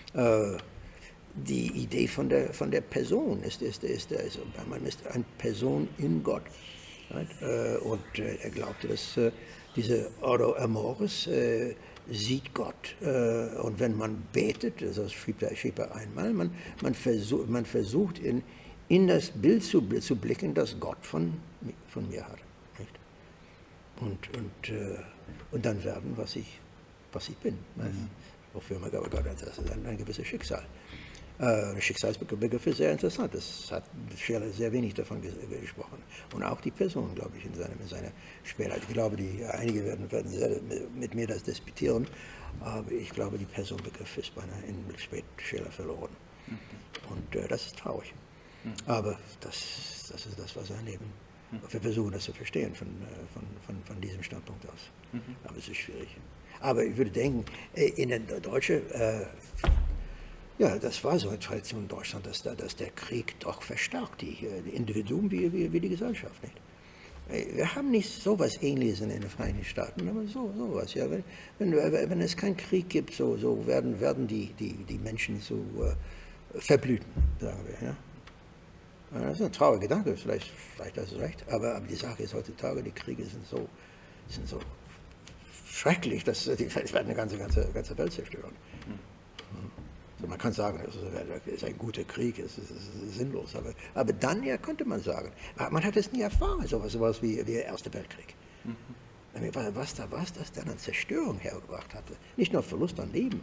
Die Idee von der Person ist man ist eine Person in Gott. Und er glaubte, dass diese Ordo Amoris sieht Gott. Und wenn man betet, das schrieb er einmal, man versucht in das Bild zu blicken, das Gott von mir hat. Und dann werden, was ich bin. Wofür man Gott hat, das ist ein gewisses Schicksal. Schicksalsbegriff ist sehr interessant. Das hat Scheler sehr wenig davon gesprochen. Und auch die Person, glaube ich, in seiner Spätheit. Ich glaube, einige werden mit mir das disputieren, aber ich glaube, die Personenbegriff ist in Scheler verloren. Und das ist traurig. Aber das ist das, was er Leben. Wir versuchen das zu verstehen von diesem Standpunkt aus. Aber es ist schwierig. Aber ich würde denken, in der Deutschen, ja, das war so eine Tradition in Deutschland, dass der Krieg doch verstärkt die Individuen wie die Gesellschaft. Nicht? Wir haben nicht so etwas Ähnliches in den Vereinigten Staaten, aber sowas. Ja. Wenn es keinen Krieg gibt, so werden die Menschen so verblüten, sagen wir. Ja. Das ist ein trauriger Gedanke, vielleicht hast du recht, aber die Sache ist heutzutage, die Kriege sind so schrecklich, dass die werden eine ganze Welt zerstören. Man kann sagen, es ist ein guter Krieg, es ist sinnlos, aber dann ja könnte man sagen, man hat es nie erfahren, sowas wie der Erste Weltkrieg. Was das dann an Zerstörung hergebracht hatte, nicht nur Verlust an Leben.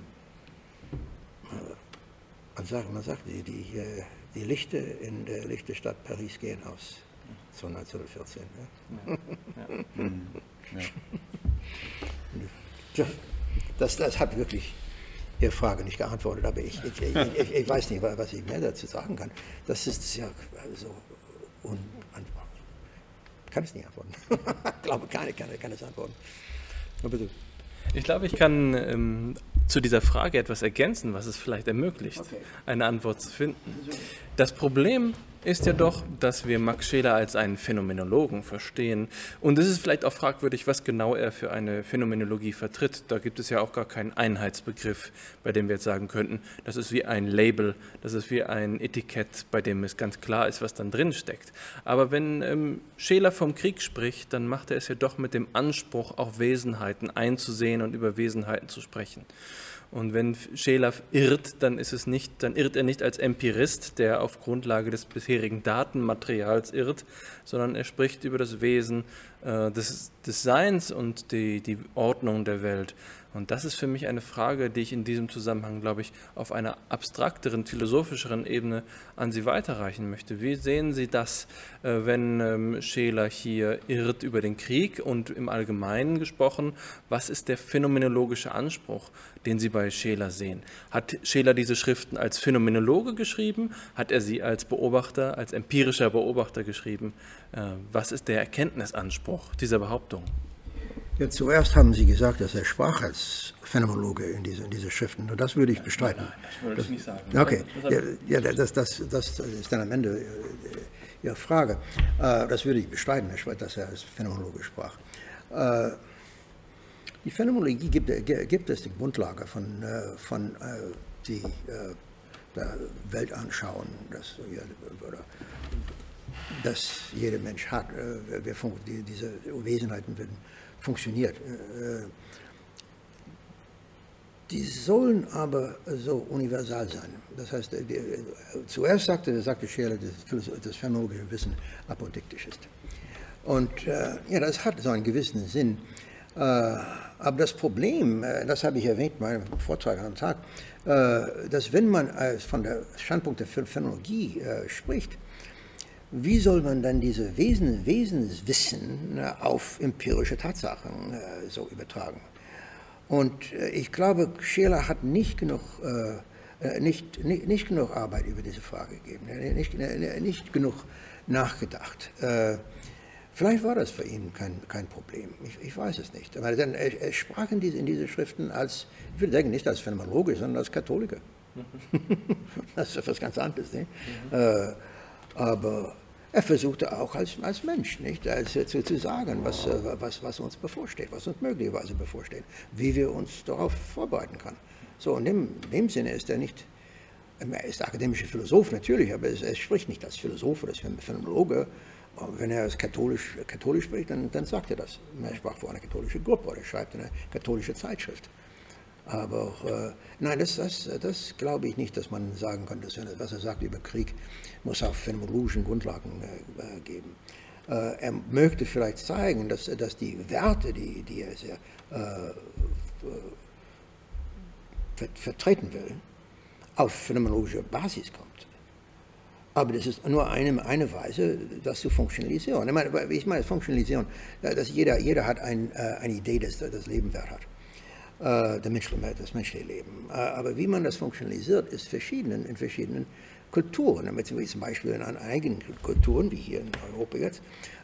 Man sagt, die Lichter in der Lichterstadt Paris gehen aus, so 1914. Ja. Das hat wirklich Ihre Frage nicht geantwortet, aber ich weiß nicht, was ich mehr dazu sagen kann. Das ist ja so kann es nicht antworten. Ich glaube, keiner kann es antworten. Aber bitte. Ich glaube, ich kann zu dieser Frage etwas ergänzen, was es vielleicht ermöglicht, eine Antwort zu finden. Das Problem ist ja doch, dass wir Max Scheler als einen Phänomenologen verstehen. Und es ist vielleicht auch fragwürdig, was genau er für eine Phänomenologie vertritt. Da gibt es ja auch gar keinen Einheitsbegriff, bei dem wir jetzt sagen könnten, das ist wie ein Label, das ist wie ein Etikett, bei dem es ganz klar ist, was dann drin steckt. Aber wenn Scheler vom Krieg spricht, dann macht er es ja doch mit dem Anspruch, auch Wesenheiten einzusehen und über Wesenheiten zu sprechen. Und wenn Scheler irrt, dann irrt er nicht als Empirist, der auf Grundlage des bisherigen Datenmaterials irrt, sondern er spricht über das Wesen des Seins und die Ordnung der Welt. Und das ist für mich eine Frage, die ich in diesem Zusammenhang, glaube ich, auf einer abstrakteren, philosophischeren Ebene an Sie weiterreichen möchte. Wie sehen Sie das, wenn Scheler hier irrt über den Krieg und im Allgemeinen gesprochen, was ist der phänomenologische Anspruch, den Sie bei Scheler sehen? Hat Scheler diese Schriften als Phänomenologe geschrieben? Hat er sie als Beobachter, als empirischer Beobachter geschrieben? Was ist der Erkenntnisanspruch dieser Behauptung? Ja, zuerst haben Sie gesagt, dass er sprach als Phänomenologe in diese Schriften. Und das würde ich bestreiten. Nein, das würde ich nicht sagen. Okay, das ist dann am Ende Ihre Frage. Das würde ich bestreiten, dass er als Phänomenologe sprach. Die Phänomenologie gibt es die Grundlage von der Weltanschauung, das jeder Mensch hat. Diese Wesenheiten werden funktioniert. Die sollen aber so universal sein. Das heißt, zuerst sagte Scheler, dass das phänomenologische Wissen apodiktisch ist. Und ja, das hat so einen gewissen Sinn. Aber das Problem, das habe ich erwähnt in meinem Vortrag am Tag, dass wenn man von der Standpunkt der Phänomenologie spricht, wie soll man dann diese Wesenswissen auf empirische Tatsachen so übertragen? Und ich glaube, Scheler hat nicht genug Arbeit über diese Frage gegeben, nicht genug nachgedacht. Vielleicht war das für ihn kein Problem, ich weiß es nicht. Aber dann, er sprach in diese Schriften als, ich würde sagen, nicht als Phänomenologe, sondern als Katholiker. Das ist etwas ganz anderes. Nicht? Aber er versuchte auch als Mensch, nicht? Zu sagen, was uns bevorsteht, was uns möglicherweise bevorsteht, wie wir uns darauf vorbereiten können. So, in dem Sinne ist er nicht, er ist akademischer Philosoph natürlich, aber er spricht nicht als Philosoph oder als Phänomenologe. Wenn er als katholisch spricht, dann sagt er das. Er sprach vor einer katholischen Gruppe oder schreibt eine katholische Zeitschrift. Aber nein, das glaube ich nicht, dass man sagen kann, dass was er sagt über Krieg, muss auf phänomenologischen Grundlagen geben. Er möchte vielleicht zeigen, dass die Werte, die er sehr vertreten will, auf phänomenologischer Basis kommt. Aber das ist nur eine Weise, das zu funktionalisieren. Ich meine funktionalisieren, dass jeder hat eine Idee, dass das Leben Wert hat. Das menschliche Leben. Aber wie man das funktionalisiert, ist in verschiedenen Kulturen. Zum Beispiel in eigenen Kulturen, wie hier in Europa jetzt,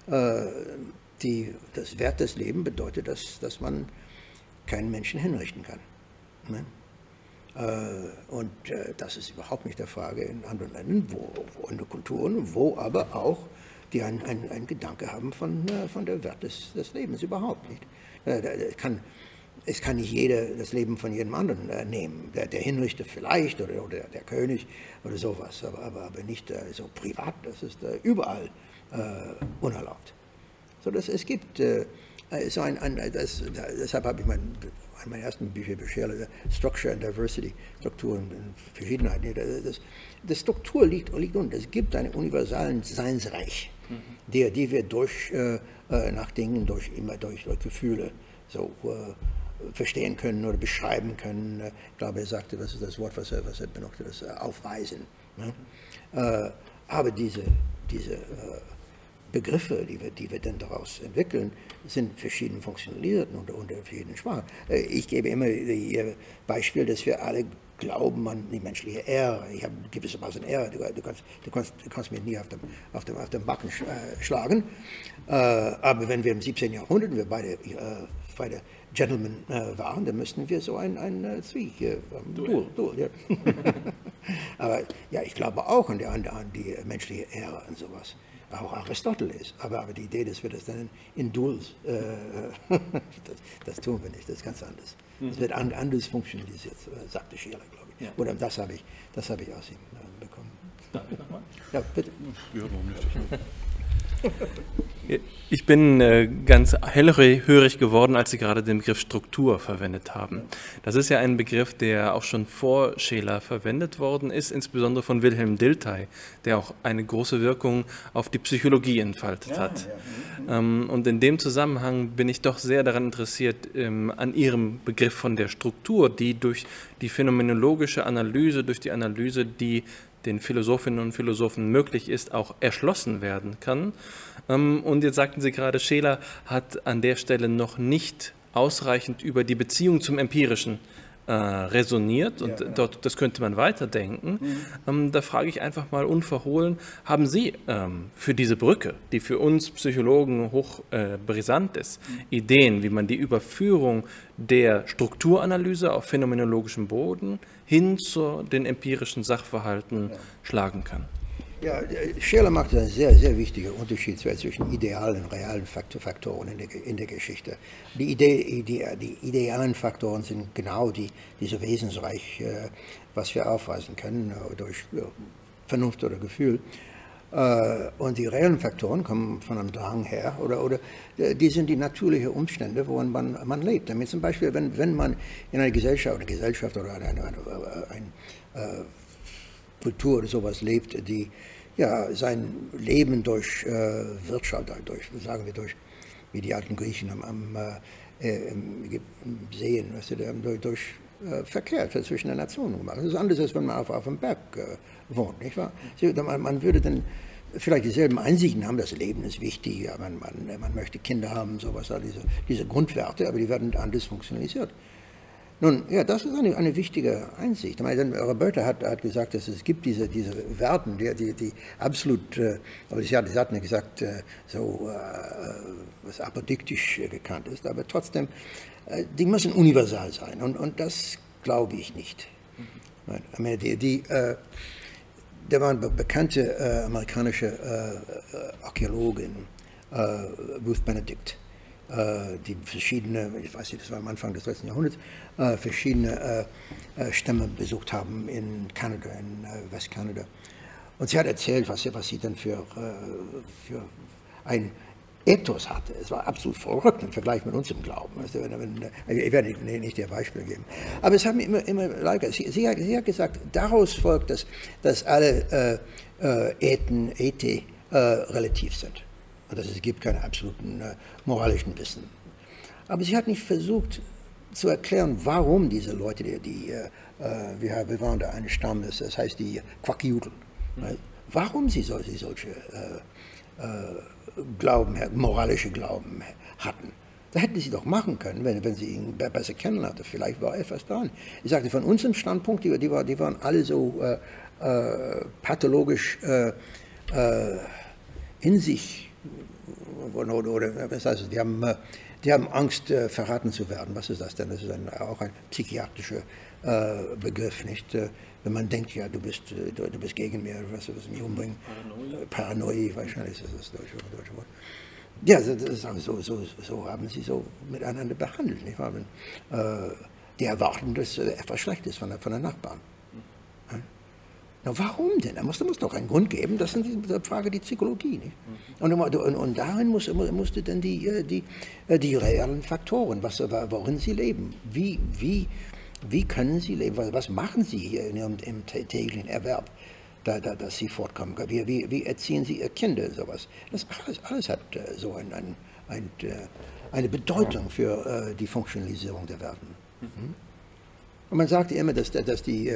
das Wert des Lebens bedeutet, dass man keinen Menschen hinrichten kann. Ne? Und das ist überhaupt nicht der Frage in anderen Ländern, in Kulturen, wo aber auch die einen Gedanke haben von der Wert des Lebens überhaupt nicht. Es kann nicht jeder das Leben von jedem anderen nehmen. Der Hinrichter vielleicht oder der König oder sowas, aber nicht so privat. Das ist überall unerlaubt. So, es gibt deshalb habe ich meine ersten Bücher beschert, Structure and Diversity, Struktur und Verschiedenheit. Die Struktur liegt unten. Es gibt einen universalen Seinsreich, die wir nach Dingen, durch Gefühle so verstehen können oder beschreiben können. Ich glaube, er sagte, das ist das Wort, was er benutzte, das Aufweisen. Ne? Aber diese Begriffe, die wir dann daraus entwickeln, sind verschieden funktionalisiert unter verschiedenen Sprachen. Ich gebe immer das Beispiel, dass wir alle glauben an die menschliche Ehre. Ich habe gewissermaßen Ehre. Du kannst mir nie auf den Backen schlagen. Aber wenn wir im 17. Jahrhundert, wir beide Gentlemen waren, dann müssten wir so ein Duell. Ja. Aber ja, ich glaube auch an die menschliche Ehre und sowas. Auch Aristoteles. Aber die Idee, dass wir das dann in Duels, das tun wir nicht, das ist ganz anders. Es wird anders funktionalisiert, sagte Scheler, glaube ich. Ja. Oder das habe ich aus ihm bekommen. Darf ich nochmal? Ja, bitte. Ja, warum nicht? Ich bin ganz hellhörig geworden, als Sie gerade den Begriff Struktur verwendet haben. Das ist ja ein Begriff, der auch schon vor Scheler verwendet worden ist, insbesondere von Wilhelm Dilthey, der auch eine große Wirkung auf die Psychologie entfaltet hat. Ja. Und in dem Zusammenhang bin ich doch sehr daran interessiert, an Ihrem Begriff von der Struktur, die durch die phänomenologische Analyse, durch die Analyse, die den Philosophinnen und Philosophen möglich ist, auch erschlossen werden kann. Und jetzt sagten Sie gerade, Scheler hat an der Stelle noch nicht ausreichend über die Beziehung zum Empirischen resoniert und das könnte man weiterdenken. Da frage ich einfach mal unverhohlen, haben Sie für diese Brücke, die für uns Psychologen hoch brisant ist, Ideen, wie man die Überführung der Strukturanalyse auf phänomenologischem Boden hin zu den empirischen Sachverhalten schlagen kann? Ja, Scheler macht einen sehr, sehr wichtigen Unterschied zwischen idealen und realen Faktoren in der Geschichte. Die idealen Faktoren sind genau diese Wesensreich, was wir aufweisen können durch Vernunft oder Gefühl. Und die reellen Faktoren kommen von einem Drang her oder die sind die natürlichen Umstände, worin man lebt. Damit zum Beispiel, wenn man in einer Gesellschaft oder eine Kultur oder sowas lebt, die ja sein Leben durch Wirtschaft, durch, wie die alten Griechen sehen, durch Verkehr zwischen den Nationen gemacht. Das ist anders, als wenn man auf dem Berg wohnt, nicht wahr? Man würde dann vielleicht dieselben Einsichten haben, das Leben ist wichtig, ja, man möchte Kinder haben, sowas, diese Grundwerte, aber die werden anders funktionalisiert. Nun, ja, das ist eine wichtige Einsicht. Ich meine, Roberta hat gesagt, dass es gibt diese Werten, die absolut, aber sie hat nicht gesagt, was apodiktisch gekannt ist, aber trotzdem, die müssen universal sein und das glaube ich nicht. Ich meine, da war eine bekannte amerikanische Archäologin, Ruth Benedict, die verschiedene, ich weiß nicht, das war am Anfang des 13. Jahrhunderts, verschiedene Stämme besucht haben in Kanada, in Westkanada. Und sie hat erzählt, was sie dann für ein Ethos hatte. Es war absolut verrückt im Vergleich mit unserem Glauben. Also, ich werde nicht ihr Beispiel geben. Aber es haben immer Leute, sie hat gesagt, daraus folgt, dass alle Ethen relativ sind. Und dass es gibt keine absoluten moralischen Wissen. Aber sie hat nicht versucht zu erklären, warum diese Leute, wir waren da ein Stamm, das heißt die Kwakiutl, warum sie solche Glauben, moralische Glauben hatten. Da hätten sie doch machen können, wenn sie ihn besser kennenlernten. Vielleicht war etwas dran. Ich sagte, von unserem Standpunkt, die waren alle so pathologisch in sich, oder was heißt es, die haben Angst, verraten zu werden. Was ist das denn? Das ist auch ein psychiatrischer Begriff, nicht? Wenn man denkt, ja, du bist gegen mich, was mich umbringen. Paranoia, wahrscheinlich ist das das deutsche Wort. Ja, so haben sie so miteinander behandelt, nicht wahr? Die erwarten, dass etwas schlecht ist von der Nachbarn. Na, warum denn? Da muss doch einen Grund geben. Das ist die Frage der Psychologie. Nicht? Und darin musste dann die realen Faktoren, worin sie leben, wie können sie leben, was machen sie hier im täglichen Erwerb, dass sie fortkommen, wie erziehen sie ihr Kinder, sowas. Das alles hat so eine Bedeutung für die Funktionalisierung der Welten. Mhm. Und man sagte immer, dass die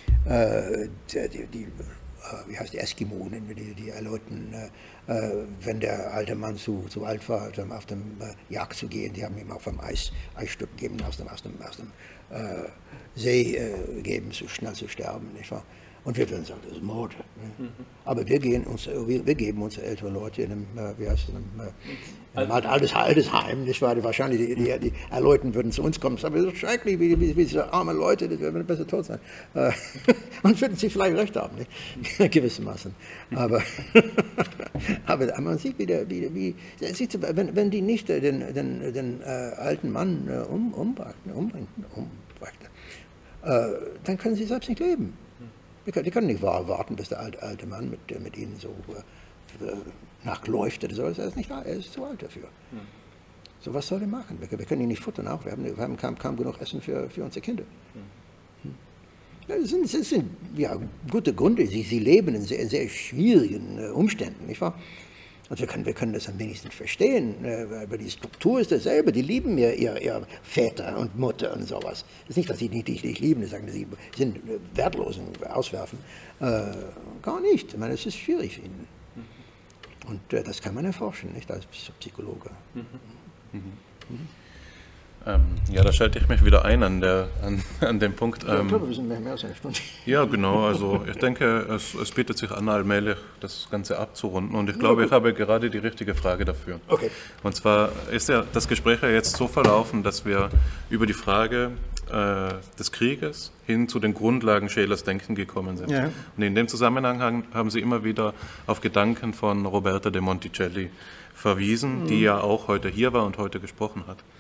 wie heißt die Eskimonen, die erläutern, wenn der alte Mann zu alt war, auf dem Jagd zu gehen, die haben ihm auch vom Eisstück gegeben, aus dem See gegeben, so schnell zu sterben, nicht wahr? Und wir würden sagen, das ist Mord. Ne? Aber wir geben unsere älteren Leute in einem altes Heim, nicht wahr? Wahrscheinlich die Leute würden zu uns kommen, das ist aber so schrecklich, wie diese armen Leute, die würden besser tot sein. Und würden sie vielleicht recht haben, nicht? Gewissermaßen. Aber man sieht wenn die nicht den alten Mann umbringen, dann können sie selbst nicht leben. Die können nicht warten, bis der alte Mann mit ihnen so nachläuft oder so. Das ist nicht wahr, er ist zu alt dafür. So, was soll er machen? Wir können ihn nicht futtern auch. Wir haben kaum genug Essen für unsere Kinder. Das sind ja, gute Gründe. Sie leben in sehr, sehr schwierigen Umständen, nicht wahr? Und wir können das am wenigsten verstehen, aber die Struktur ist dasselbe. Die lieben ihre Väter und Mutter und sowas. Es ist nicht, dass sie nicht lieben, sie sagen, sie sind wertlos und auswerfen. Gar nicht. Ich meine, es ist schwierig für ihn. Und das kann man erforschen, nicht als Psychologe. Ja, da schalte ich mich wieder ein an dem Punkt. Ich glaube, wir sind mehr als eine Stunde. Ja, genau. Also ich denke, es bietet sich an, allmählich das Ganze abzurunden. Und ich glaube, ich habe gerade die richtige Frage dafür. Okay. Und zwar ist ja das Gespräch ja jetzt so verlaufen, dass wir über die Frage des Krieges hin zu den Grundlagen Schelers Denken gekommen sind. Ja. Und in dem Zusammenhang haben Sie immer wieder auf Gedanken von Roberta de Monticelli verwiesen, die ja auch heute hier war und heute gesprochen hat.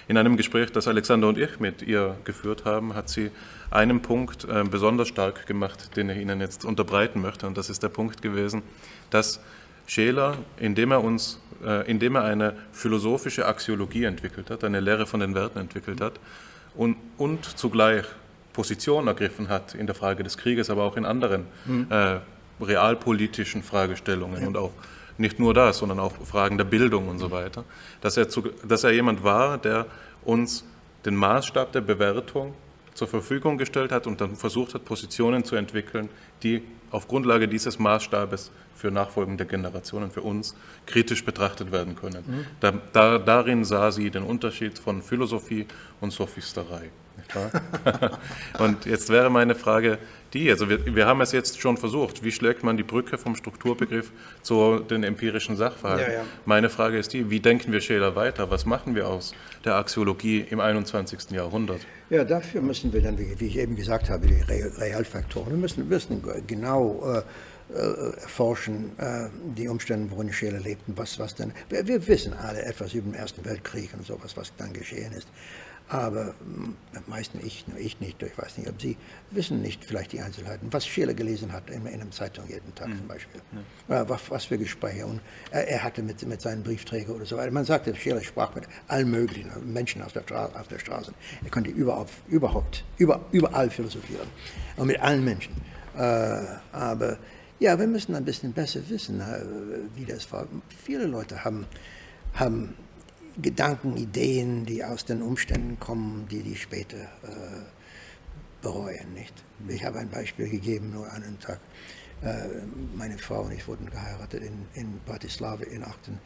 In einem Gespräch, das Alexander und ich mit ihr geführt haben, hat sie einen Punkt besonders stark gemacht, den ich Ihnen jetzt unterbreiten möchte. Und das ist der Punkt gewesen, dass Scheler, indem er eine philosophische Axiologie entwickelt hat, eine Lehre von den Werten entwickelt hat und zugleich Position ergriffen hat in der Frage des Krieges, aber auch in anderen realpolitischen Fragestellungen und auch nicht nur das, sondern auch Fragen der Bildung und so weiter, dass er jemand war, der uns den Maßstab der Bewertung zur Verfügung gestellt hat und dann versucht hat, Positionen zu entwickeln, die auf Grundlage dieses Maßstabes für nachfolgende Generationen, für uns, kritisch betrachtet werden können. Darin sah sie den Unterschied von Philosophie und Sophisterei. Nicht wahr? Und jetzt wäre meine Frage also wir haben es jetzt schon versucht, wie schlägt man die Brücke vom Strukturbegriff zu den empirischen Sachverhalten? Ja. Meine Frage ist wie denken wir Scheler weiter? Was machen wir aus der Axiologie im 21. Jahrhundert? Ja, dafür müssen wir dann, wie ich eben gesagt habe, die Realfaktoren, wir müssen genau erforschen, die Umstände, worin Scheler lebten, was denn. Wir wissen alle etwas über den Ersten Weltkrieg und sowas, was dann geschehen ist. Aber meistens ich nicht, ich weiß nicht, ob Sie wissen nicht vielleicht die Einzelheiten, was Scheler gelesen hat in einer Zeitung jeden Tag zum Beispiel. Ja. Was für Gespräche und er hatte mit seinen Briefträgern oder so weiter. Man sagte, Scheler sprach mit allen möglichen Menschen auf der Straße. Er konnte überall philosophieren und mit allen Menschen. Aber ja, wir müssen ein bisschen besser wissen, wie das war. Viele Leute haben Gedanken, Ideen, die aus den Umständen kommen, die später bereuen. Nicht? Ich habe ein Beispiel gegeben, nur einen Tag. Meine Frau und ich wurden geheiratet in Bratislava in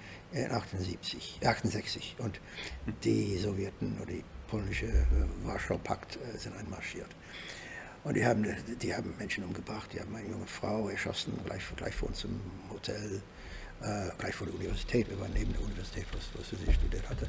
68 und die Sowjeten oder die polnische Warschau-Pakt sind einmarschiert. Und die haben Menschen umgebracht, die haben eine junge Frau erschossen, gleich vor uns im Hotel. Gleich vor der Universität, wir waren neben der Universität, wo sie studiert hatte.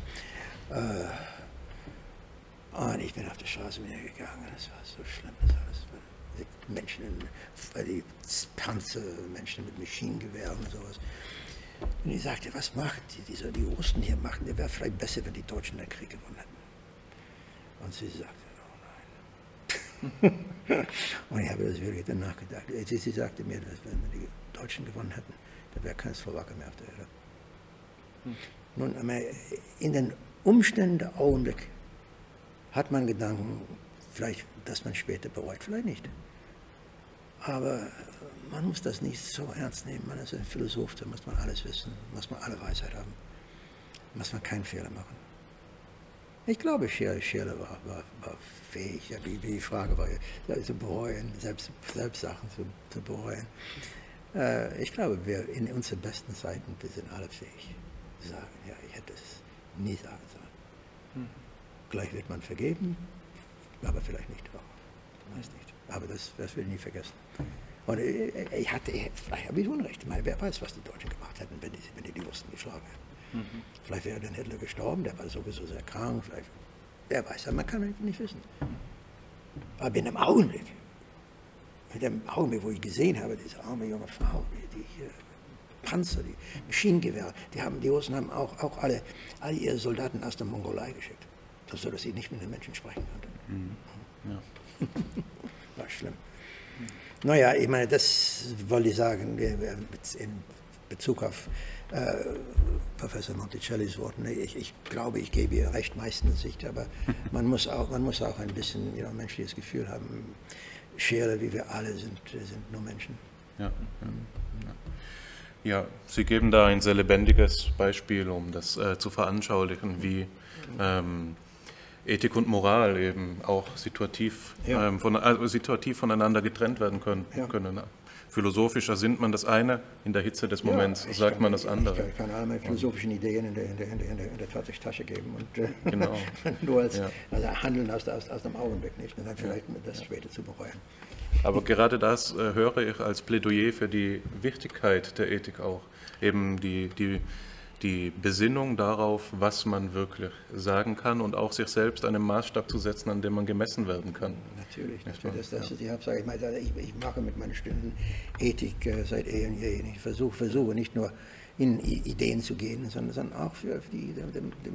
Und ich bin auf der Straße mit ihr gegangen, das war so schlimm, das alles. Menschen, die Panzer, Menschen mit Maschinengewehren und sowas. Und ich sagte, was macht die Russen hier machen? Es wäre vielleicht besser, wenn die Deutschen den Krieg gewonnen hätten. Und sie sagte, oh nein. Und ich habe das wirklich dann nachgedacht. Sie sagte mir, dass wenn wir die Deutschen gewonnen hätten, da wäre kein Slowake mehr auf der Erde. Nun, in den Umständen der Augenblick hat man Gedanken, vielleicht, dass man später bereut, vielleicht nicht. Aber man muss das nicht so ernst nehmen. Man ist ein Philosoph, da muss man alles wissen, muss man alle Weisheit haben, muss man keinen Fehler machen. Ich glaube, Scheler war fähig, ja, die Frage war, zu bereuen, selbst Sachen zu bereuen. Ich glaube, wir in unseren besten Zeiten, wir sind alle fähig zu sagen, ja, ich hätte es nie sagen sollen. Gleich wird man vergeben, aber vielleicht nicht. Ich weiß nicht. Aber das will ich nie vergessen. Und vielleicht habe ich Unrecht. Ich meine, wer weiß, was die Deutschen gemacht hätten, wenn die Russen geschlagen hätten. Vielleicht wäre dann Hitler gestorben, der war sowieso sehr krank. Vielleicht, wer weiß, man kann nicht wissen. Aber in dem Augenblick, wo ich gesehen habe, diese arme junge Frau, die Panzer, die Maschinengewehre, die Russen haben auch alle ihre Soldaten aus der Mongolei geschickt, so dass sie nicht mit den Menschen sprechen konnten. Ja. War schlimm. Naja, ich meine, das wollte ich sagen, in Bezug auf Professor Monticellis Worten. Ich glaube, ich gebe ihr recht meistens nicht, aber man muss auch ein bisschen menschliches Gefühl haben. Scheler, wie wir alle sind nur Menschen. Ja, Sie geben da ein sehr lebendiges Beispiel, um das zu veranschaulichen, wie Ethik und Moral eben auch situativ voneinander getrennt werden können. Philosophisch ersinnt man das eine, in der Hitze des Moments sagt man das andere. Ich kann alle meine philosophischen Ideen in der Tasche geben und genau. Nur als Handeln aus dem Augenblick nicht und dann vielleicht das später zu bereuen. Aber gerade das höre ich als Plädoyer für die Wichtigkeit der Ethik auch. Eben die Besinnung darauf, was man wirklich sagen kann und auch sich selbst einen Maßstab zu setzen, an dem man gemessen werden kann. Natürlich. Das ist die Hauptsache. Ich mache mit meinen Stunden Ethik seit eh und je. Ich versuche nicht nur in Ideen zu gehen, sondern auch für den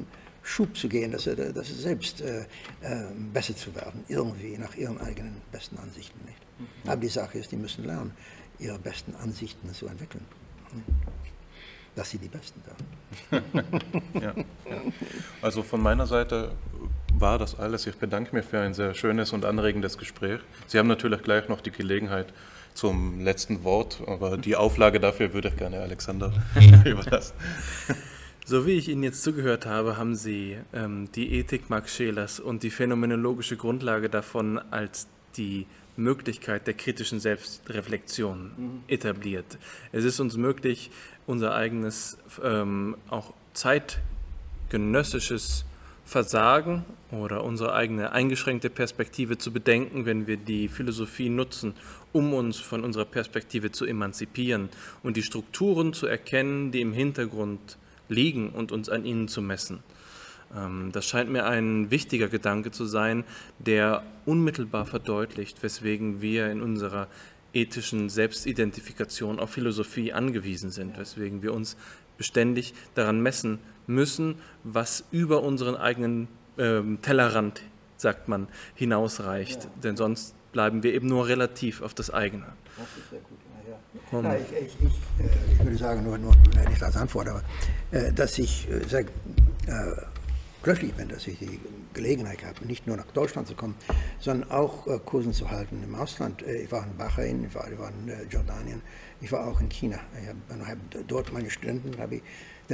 Schub zu gehen, dass es selbst besser zu werden, irgendwie nach ihren eigenen besten Ansichten. Nicht? Aber die Sache ist, die müssen lernen, ihre besten Ansichten zu entwickeln. Dass sie die Besten werden. Ja. Also von meiner Seite war das alles. Ich bedanke mich für ein sehr schönes und anregendes Gespräch. Sie haben natürlich gleich noch die Gelegenheit zum letzten Wort, aber die Auflage dafür würde ich gerne Alexander überlassen. So wie ich Ihnen jetzt zugehört habe, haben Sie die Ethik Max Schelers und die phänomenologische Grundlage davon als die Möglichkeit der kritischen Selbstreflexion etabliert. Es ist uns möglich, unser eigenes, auch zeitgenössisches Versagen oder unsere eigene eingeschränkte Perspektive zu bedenken, wenn wir die Philosophie nutzen, um uns von unserer Perspektive zu emanzipieren und die Strukturen zu erkennen, die im Hintergrund liegen und uns an ihnen zu messen. Das scheint mir ein wichtiger Gedanke zu sein, der unmittelbar verdeutlicht, weswegen wir in unserer ethischen Selbstidentifikation auf Philosophie angewiesen sind, weswegen wir uns beständig daran messen müssen, was über unseren eigenen Tellerrand, sagt man, hinausreicht. Ja. Denn sonst bleiben wir eben nur relativ auf das eigene. Das ist sehr gut. Ja. Ich würde sagen, nur nicht als Antwort, aber dass ich sehr glücklich bin, dass ich die Gelegenheit habe, nicht nur nach Deutschland zu kommen, sondern auch Kursen zu halten im Ausland. Ich war in Bahrain, ich war in Jordanien, ich war auch in China. Ich habe dort meine Studenten, habe ich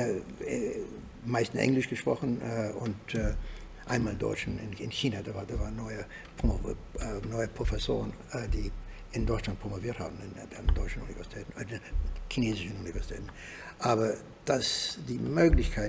meistens Englisch gesprochen und einmal Deutsch in China. Da waren neue Professoren, die in Deutschland promoviert haben, in deutschen Universitäten, chinesischen Universitäten. Aber die Möglichkeit,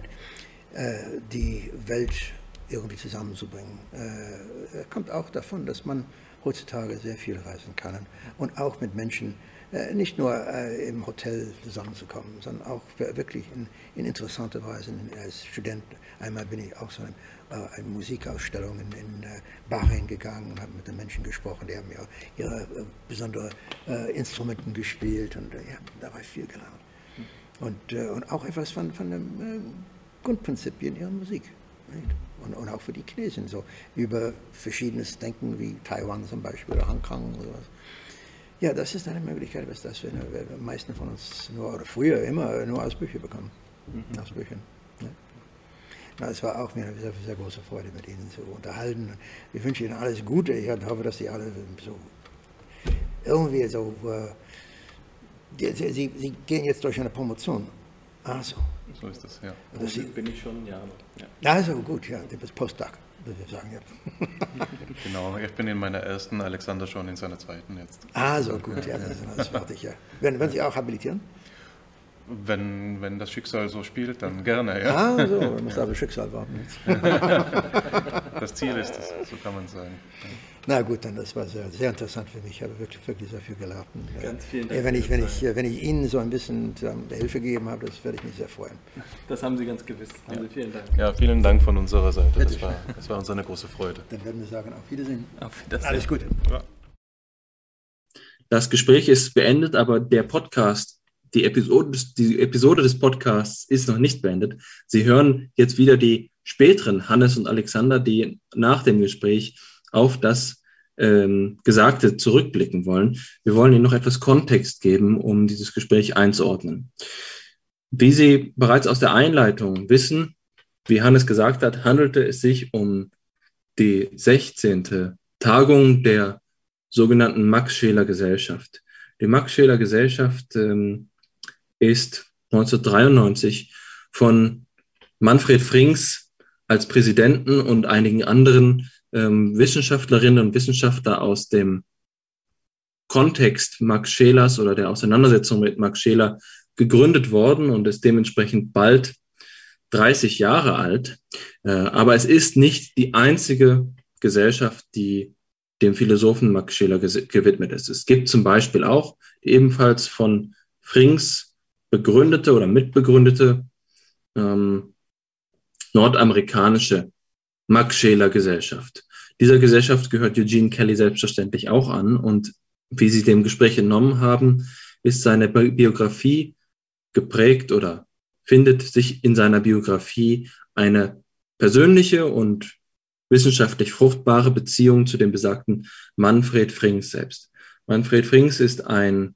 die Welt irgendwie zusammenzubringen, kommt auch davon, dass man heutzutage sehr viel reisen kann und auch mit Menschen nicht nur im Hotel zusammenzukommen, sondern auch wirklich in interessanter Weise als Student. Einmal bin ich auch so eine Musikausstellung in Bahrain gegangen und habe mit den Menschen gesprochen, die haben ja ihre besonderen Instrumenten gespielt und ja, dabei viel gelernt. Und auch etwas von den Grundprinzipien ihrer Musik. Nicht? Und auch für die Chinesen, so über verschiedenes Denken wie Taiwan zum Beispiel oder Hongkong oder sowas. Ja, das ist eine Möglichkeit, dass wir die meisten von uns oder früher immer nur aus Büchern bekommen. Aus Büchern. Ja. Na, es war auch mir eine sehr, sehr große Freude, mit Ihnen zu unterhalten. Ich wünsche Ihnen alles Gute. Ich hoffe, dass Sie alle so irgendwie so. Sie gehen jetzt durch eine Promotion. Ach so. So ist das, ja. Das bin ich schon, ja. Also gut, ja, du bist Postdoc, würde ich sagen. Ja. Genau, ich bin in meiner ersten, Alexander schon in seiner zweiten jetzt. So gut, ja, das warte ich ja. Werden Sie auch habilitieren? Wenn das Schicksal so spielt, dann gerne, ja. So, du musst aber Schicksal warten jetzt. Das Ziel ist es, so kann man sagen. Na gut, dann das war sehr, sehr interessant für mich. Ich habe wirklich sehr viel gelernt. Ganz vielen Dank. Wenn ich Ihnen so ein bisschen Hilfe gegeben habe, das werde ich mich sehr freuen. Das haben Sie ganz gewiss. Vielen Dank. Ja, vielen Dank von unserer Seite. Das war uns eine große Freude. Dann werden wir sagen, auf Wiedersehen. Auf Wiedersehen. Alles Gute. Ja. Das Gespräch ist beendet, aber der Podcast, die Episode des Podcasts ist noch nicht beendet. Sie hören jetzt wieder die späteren Hannes und Alexander, die nach dem Gespräch auf das Gesagte zurückblicken wollen. Wir wollen Ihnen noch etwas Kontext geben, um dieses Gespräch einzuordnen. Wie Sie bereits aus der Einleitung wissen, wie Hannes gesagt hat, handelte es sich um die 16. Tagung der sogenannten Max-Scheler-Gesellschaft. Die Max-Scheler-Gesellschaft ist 1993 von Manfred Frings als Präsidenten und einigen anderen Wissenschaftlerinnen und Wissenschaftler aus dem Kontext Max Schelers oder der Auseinandersetzung mit Max Scheler gegründet worden und ist dementsprechend bald 30 Jahre alt. Aber es ist nicht die einzige Gesellschaft, die dem Philosophen Max Scheler gewidmet ist. Es gibt zum Beispiel auch die ebenfalls von Frings begründete oder mitbegründete nordamerikanische Max Scheler Gesellschaft. Dieser Gesellschaft gehört Eugene Kelly selbstverständlich auch an und wie Sie dem Gespräch entnommen haben, ist seine Biografie geprägt oder findet sich in seiner Biografie eine persönliche und wissenschaftlich fruchtbare Beziehung zu dem besagten Manfred Frings selbst. Manfred Frings ist ein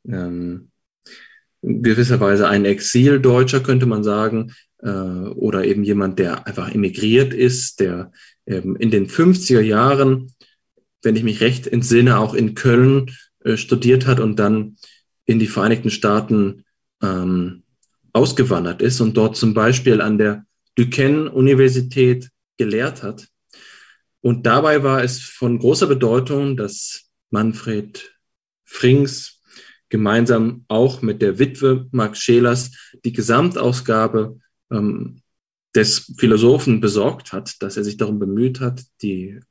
gewisserweise ein Exildeutscher, könnte man sagen, oder eben jemand, der einfach emigriert ist, der in den 50er Jahren, wenn ich mich recht entsinne, auch in Köln studiert hat und dann in die Vereinigten Staaten ausgewandert ist und dort zum Beispiel an der Duquesne-Universität gelehrt hat. Und dabei war es von großer Bedeutung, dass Manfred Frings gemeinsam auch mit der Witwe Max Schelers die Gesamtausgabe des Philosophen besorgt hat, dass er sich darum bemüht hat, die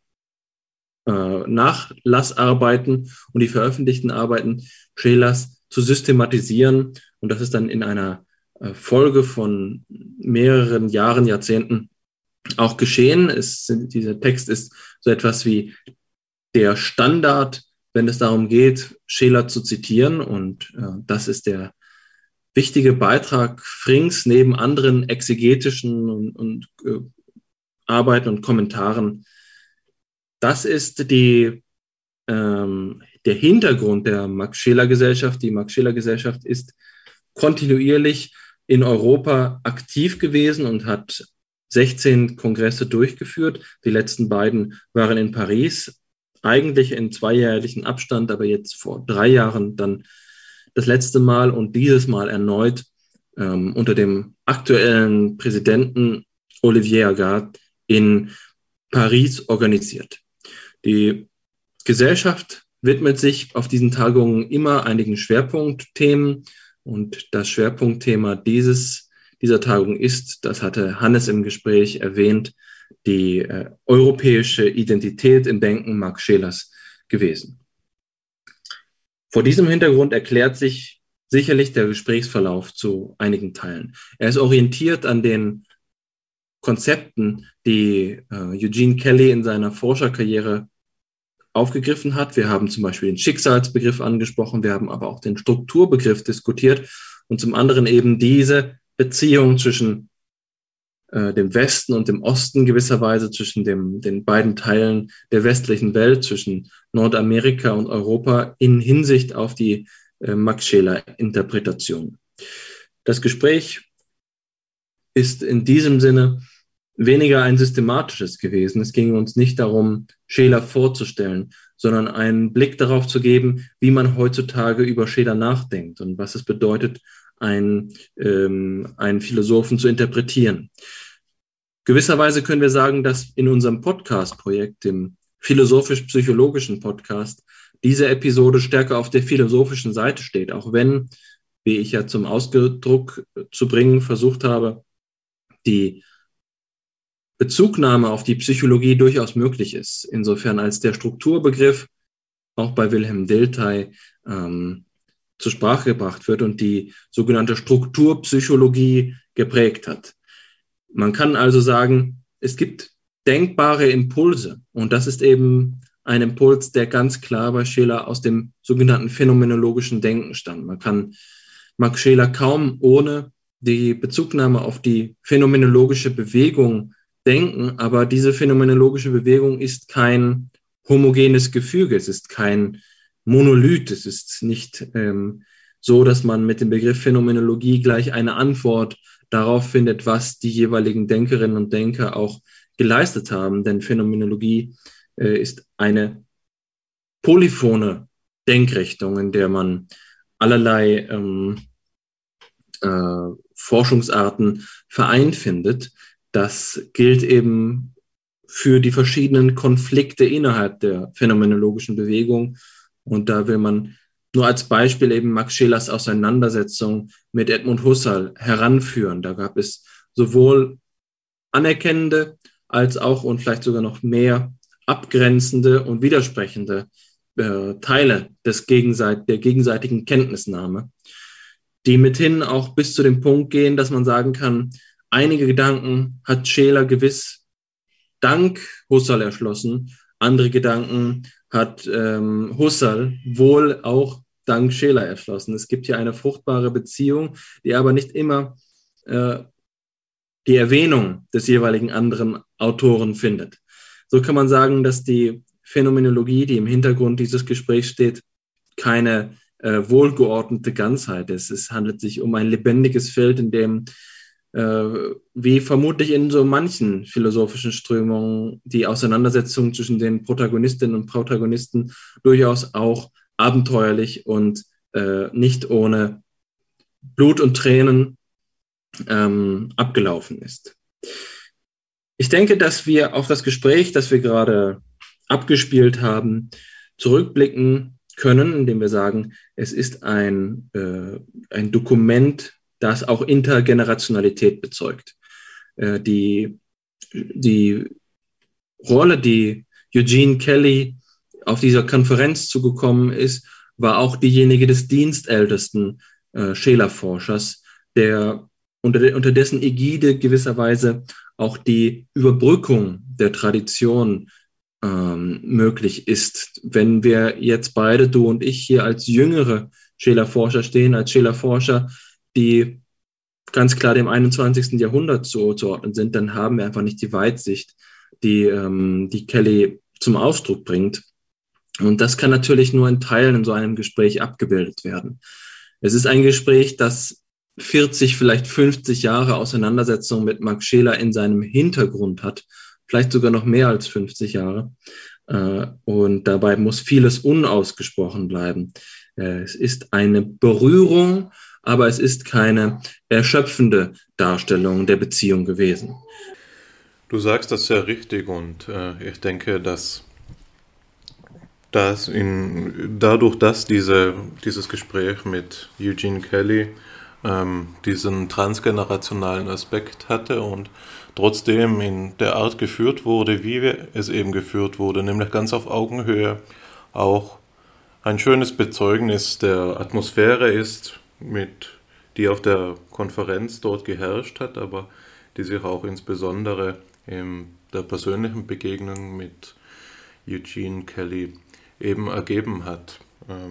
Nachlassarbeiten und die veröffentlichten Arbeiten Schelers zu systematisieren. Und das ist dann in einer Folge von mehreren Jahren, Jahrzehnten auch geschehen. Dieser Text ist so etwas wie der Standard, wenn es darum geht, Scheler zu zitieren. Und das ist der wichtige Beitrag Frings neben anderen exegetischen und Arbeiten und Kommentaren. Das ist der Hintergrund der Max-Scheler-Gesellschaft. Die Max-Scheler-Gesellschaft ist kontinuierlich in Europa aktiv gewesen und hat 16 Kongresse durchgeführt. Die letzten beiden waren in Paris, eigentlich in zweijährlichen Abstand, aber jetzt vor 3 Jahren dann das letzte Mal und dieses Mal erneut unter dem aktuellen Präsidenten Olivier Agard in Paris organisiert. Die Gesellschaft widmet sich auf diesen Tagungen immer einigen Schwerpunktthemen und das Schwerpunktthema dieser Tagung ist, das hatte Hannes im Gespräch erwähnt, die europäische Identität im Denken Max Schelers gewesen. Vor diesem Hintergrund erklärt sich sicherlich der Gesprächsverlauf zu einigen Teilen. Er ist orientiert an den Konzepten, die Eugene Kelly in seiner Forscherkarriere aufgegriffen hat. Wir haben zum Beispiel den Schicksalsbegriff angesprochen, wir haben aber auch den Strukturbegriff diskutiert und zum anderen eben diese Beziehung zwischen dem Westen und dem Osten gewisserweise, zwischen den beiden Teilen der westlichen Welt, zwischen Nordamerika und Europa in Hinsicht auf die Max-Scheler-Interpretation. Das Gespräch ist in diesem Sinne weniger ein systematisches gewesen. Es ging uns nicht darum, Scheler vorzustellen, sondern einen Blick darauf zu geben, wie man heutzutage über Scheler nachdenkt und was es bedeutet, einen Philosophen zu interpretieren. Gewisserweise können wir sagen, dass in unserem Podcast-Projekt, dem philosophisch-psychologischen Podcast, diese Episode stärker auf der philosophischen Seite steht, auch wenn, wie ich ja zum Ausdruck zu bringen versucht habe, die Bezugnahme auf die Psychologie durchaus möglich ist, insofern als der Strukturbegriff auch bei Wilhelm Dilthey zur Sprache gebracht wird und die sogenannte Strukturpsychologie geprägt hat. Man kann also sagen, es gibt denkbare Impulse und das ist eben ein Impuls, der ganz klar bei Scheler aus dem sogenannten phänomenologischen Denken stammt. Man kann Max Scheler kaum ohne die Bezugnahme auf die phänomenologische Bewegung denken, aber diese phänomenologische Bewegung ist kein homogenes Gefüge, es ist kein Monolith, es ist nicht so, dass man mit dem Begriff Phänomenologie gleich eine Antwort darauf findet, was die jeweiligen Denkerinnen und Denker auch geleistet haben, denn Phänomenologie ist eine polyphone Denkrichtung, in der man allerlei Forschungsarten vereint findet. Das gilt eben für die verschiedenen Konflikte innerhalb der phänomenologischen Bewegung. Und da will man nur als Beispiel eben Max Schelers Auseinandersetzung mit Edmund Husserl heranführen. Da gab es sowohl anerkennende als auch und vielleicht sogar noch mehr abgrenzende und widersprechende Teile der gegenseitigen Kenntnisnahme, die mithin auch bis zu dem Punkt gehen, dass man sagen kann, einige Gedanken hat Scheler gewiss dank Husserl erschlossen, andere Gedanken hat Husserl wohl auch dank Scheler erschlossen. Es gibt hier eine fruchtbare Beziehung, die aber nicht immer die Erwähnung des jeweiligen anderen Autoren findet. So kann man sagen, dass die Phänomenologie, die im Hintergrund dieses Gesprächs steht, keine wohlgeordnete Ganzheit ist. Es handelt sich um ein lebendiges Feld, in dem, wie vermutlich in so manchen philosophischen Strömungen, die Auseinandersetzung zwischen den Protagonistinnen und Protagonisten durchaus auch abenteuerlich und nicht ohne Blut und Tränen abgelaufen ist. Ich denke, dass wir auf das Gespräch, das wir gerade abgespielt haben, zurückblicken können, indem wir sagen, es ist ein Dokument, das auch Intergenerationalität bezeugt. Die Rolle, die Eugene Kelly auf dieser Konferenz zugekommen ist, war auch diejenige des dienstältesten Scheler-Forschers, der unter dessen Ägide gewisserweise auch die Überbrückung der Tradition möglich ist. Wenn wir jetzt beide, du und ich, hier als jüngere Scheler-Forscher stehen, als Scheler-Forscher, die ganz klar dem 21. Jahrhundert zuzuordnen sind, dann haben wir einfach nicht die Weitsicht, die Kelly zum Ausdruck bringt. Und das kann natürlich nur in Teilen in so einem Gespräch abgebildet werden. Es ist ein Gespräch, das 40, vielleicht 50 Jahre Auseinandersetzung mit Max Scheler in seinem Hintergrund hat, vielleicht sogar noch mehr als 50 Jahre. Und dabei muss vieles unausgesprochen bleiben. Es ist eine Berührung, aber es ist keine erschöpfende Darstellung der Beziehung gewesen. Du sagst das sehr richtig und ich denke, dass dadurch, dass dieses Gespräch mit Eugene Kelly diesen transgenerationalen Aspekt hatte und trotzdem in der Art geführt wurde, wie es eben geführt wurde, nämlich ganz auf Augenhöhe, auch ein schönes Bezeugnis der Atmosphäre ist, die auf der Konferenz dort geherrscht hat, aber die sich auch insbesondere in der persönlichen Begegnung mit Eugene Kelly eben ergeben hat.